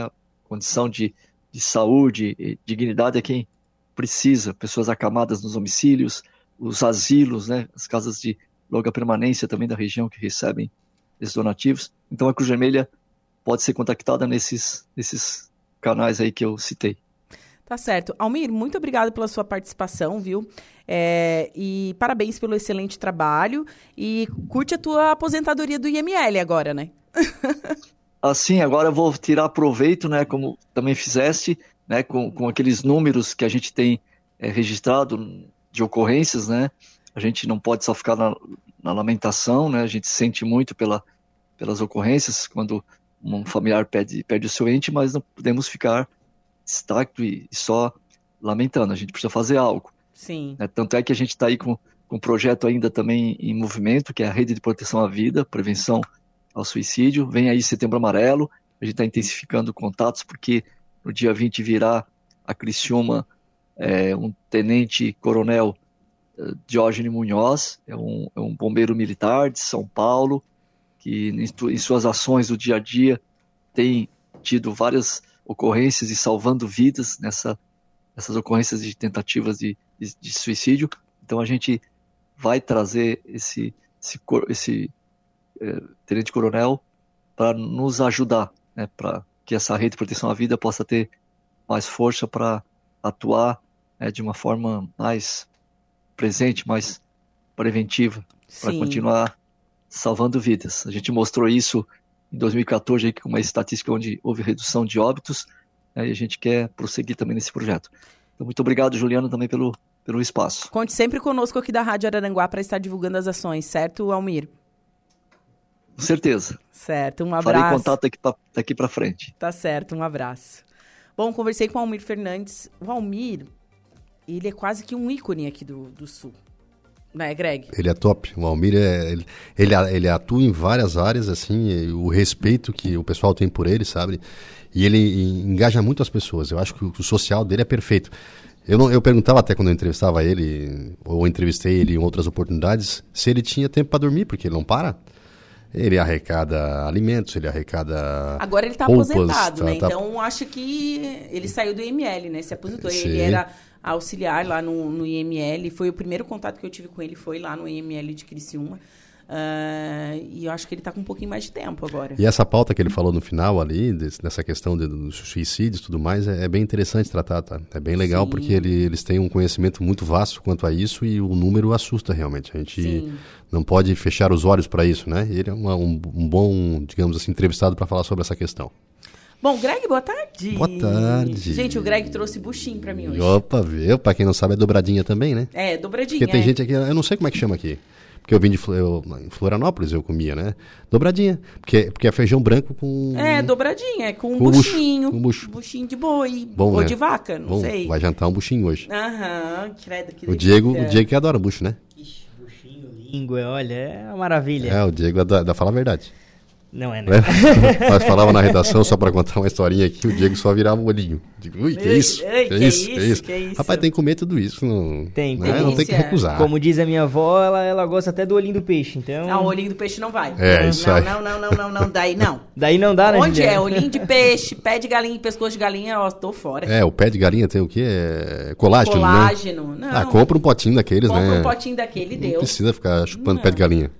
condição de saúde e dignidade a quem precisa, pessoas acamadas nos domicílios, os asilos, né, as casas de longa permanência também da região que recebem esses donativos. Então a Cruz Vermelha pode ser contactada nesses canais aí que eu citei. Tá certo. Almir, muito obrigado pela sua participação, viu? E parabéns pelo excelente trabalho. E curte a tua aposentadoria do IML agora, né? Assim, agora eu vou tirar proveito, né, como também fizeste, né, com aqueles números que a gente tem registrado de ocorrências, né? A gente não pode só ficar na lamentação, né? A gente sente muito pelas ocorrências quando um familiar perde o seu ente, mas não podemos ficar estático e só lamentando. A gente precisa fazer algo. Sim. Tanto é que a gente está aí com um projeto ainda também em movimento, que é a Rede de Proteção à Vida, Prevenção ao Suicídio. Vem aí Setembro Amarelo, a gente está intensificando contatos, porque no dia 20 virá a Criciúma um tenente-coronel Diógenes Munhoz, é um bombeiro militar de São Paulo, que em suas ações do dia a dia tem tido várias ocorrências e salvando vidas nessas ocorrências de tentativas de suicídio. Então a gente vai trazer esse tenente-coronel para nos ajudar, né, para que essa rede de proteção à vida possa ter mais força para atuar de uma forma mais presente, mais preventiva, para continuar salvando vidas. A gente mostrou isso em 2014 aí, com uma estatística onde houve redução de óbitos, e a gente quer prosseguir também nesse projeto. Então, muito obrigado, Juliana, também pelo espaço. Conte sempre conosco aqui da Rádio Araranguá para estar divulgando as ações, certo, Almir? Com certeza. Certo, um abraço. Farei contato daqui para frente. Tá certo, um abraço. Bom, conversei com o Almir Fernandes. O Almir, ele é quase que um ícone aqui do Sul. Não é, Greg? Ele é top. O Almir, ele atua em várias áreas, assim, o respeito que o pessoal tem por ele, sabe? E ele engaja muito as pessoas. Eu acho que o social dele é perfeito. Eu perguntava até quando eu entrevistava ele, ou entrevistei ele em outras oportunidades, se ele tinha tempo para dormir, porque ele não para. Ele arrecada alimentos, ele arrecada Agora ele está aposentado, né? Então, acho que ele saiu do IML, né? Se aposentou. Sim. Ele era auxiliar lá no IML. Foi o primeiro contato que eu tive com ele, foi lá no IML de Criciúma. E eu acho que ele está com um pouquinho mais de tempo agora. E essa pauta que ele falou no final ali, dessa questão dos suicídios e tudo mais, é bem interessante tratar, tá? É bem legal. Sim. Porque eles têm um conhecimento muito vasto quanto a isso e o número assusta realmente. A gente não pode fechar os olhos para isso, né? Ele é um bom, digamos assim, entrevistado para falar sobre essa questão. Bom, Greg, boa tarde. Boa tarde. Gente, o Greg trouxe buchinho para mim hoje. Opa, viu? Para quem não sabe, é dobradinha também, né? É, dobradinha. Porque tem gente aqui, eu não sei como é que chama aqui. Porque eu vim em Florianópolis, eu comia, né? Dobradinha. Porque é feijão branco com... dobradinha, com um buchinho. Com bucho. Buchinho de boi. Bom, ou né? de vaca, não sei. Vai jantar um buchinho hoje. Aham, credo que o Diego que adora bucho, né? Ixi, buchinho, língua, olha, é uma maravilha. O Diego adora falar a verdade. Não é, né? Nós falava na redação, só para contar uma historinha aqui, o Diego só virava o olhinho. Digo, ui, que isso? Que isso? Rapaz, tem que comer tudo isso. Não tem que recusar. Como diz a minha avó, ela gosta até do olhinho do peixe, então... Não, o olhinho do peixe não vai. Isso aí. Não, daí não. Daí não dá, né, Onde é? Olhinho de peixe, pé de galinha, pescoço de galinha, ó, tô fora. O pé de galinha tem o quê? Colágeno, Colágeno, né? Não. Compra um potinho daqueles, né? Compra um potinho daquele, deu. Não precisa ficar chupando pé de galinha.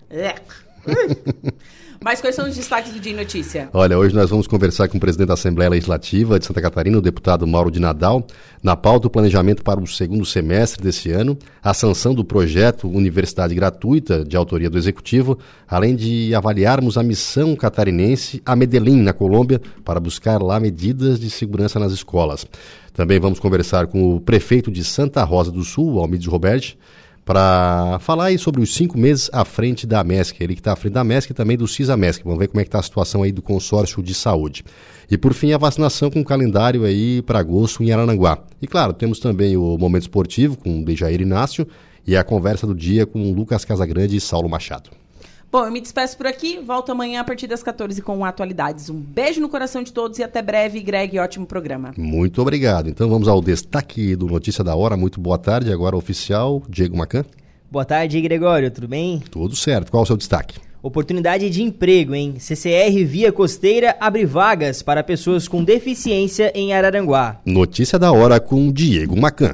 Mas quais são os destaques do Dia em Notícia? Olha, hoje nós vamos conversar com o presidente da Assembleia Legislativa de Santa Catarina, o deputado Mauro de Nadal, na pauta o planejamento para o segundo semestre desse ano, a sanção do projeto Universidade Gratuita, de autoria do Executivo, além de avaliarmos a missão catarinense a Medellín, na Colômbia, para buscar lá medidas de segurança nas escolas. Também vamos conversar com o prefeito de Santa Rosa do Sul, Almides Roberti, para falar aí sobre os 5 meses à frente da MESC, ele que está à frente da MESC e também do CISA-MESC. Vamos ver como é que está a situação aí do consórcio de saúde. E por fim, a vacinação com o calendário aí para agosto em Araranguá. E claro, temos também o Momento Esportivo com o Dejair Inácio e a conversa do dia com o Lucas Casagrande e Saulo Machado. Bom, eu me despeço por aqui, volto amanhã a partir das 14 com atualidades. Um beijo no coração de todos e até breve. Greg, ótimo programa. Muito obrigado. Então vamos ao destaque do Notícia da Hora. Muito boa tarde. Agora oficial, Diego Macan. Boa tarde, Gregório. Tudo bem? Tudo certo. Qual é o seu destaque? Oportunidade de emprego, hein? CCR Via Costeira abre vagas para pessoas com deficiência em Araranguá. Notícia da hora com Diego Macan.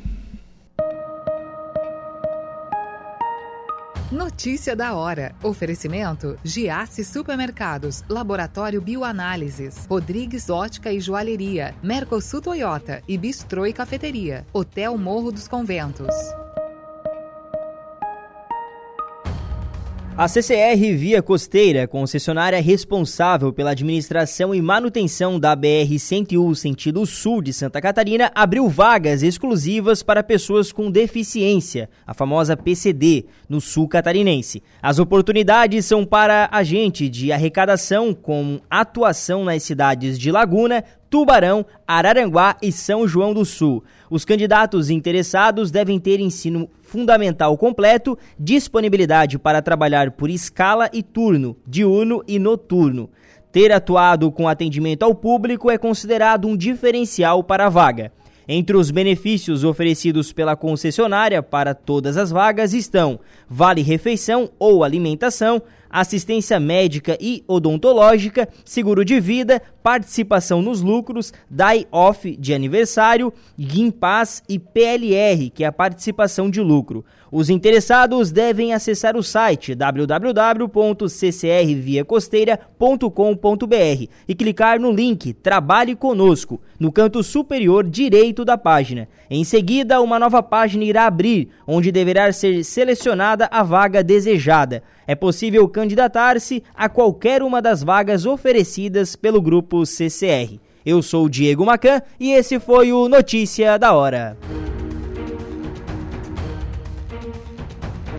Notícia da hora. Oferecimento: Giasse Supermercados, Laboratório Bioanálises, Rodrigues Ótica e Joalheria, Mercosul Toyota e Bistrô e Cafeteria, Hotel Morro dos Conventos. A CCR Via Costeira, concessionária responsável pela administração e manutenção da BR-101 sentido sul de Santa Catarina, abriu vagas exclusivas para pessoas com deficiência, a famosa PCD, no sul catarinense. As oportunidades são para agente de arrecadação com atuação nas cidades de Laguna, Tubarão, Araranguá e São João do Sul. Os candidatos interessados devem ter ensino fundamental completo, disponibilidade para trabalhar por escala e turno, diurno e noturno. Ter atuado com atendimento ao público é considerado um diferencial para a vaga. Entre os benefícios oferecidos pela concessionária para todas as vagas estão vale-refeição ou alimentação, assistência médica e odontológica, seguro de vida, participação nos lucros, die-off de aniversário, Guimpaz e PLR, que é a participação de lucro. Os interessados devem acessar o site www.ccrviacosteira.com.br e clicar no link Trabalhe Conosco, no canto superior direito da página. Em seguida, uma nova página irá abrir, onde deverá ser selecionada a vaga desejada. É possível candidatar-se a qualquer uma das vagas oferecidas pelo Grupo CCR. Eu sou o Diego Macan e esse foi o Notícia da Hora.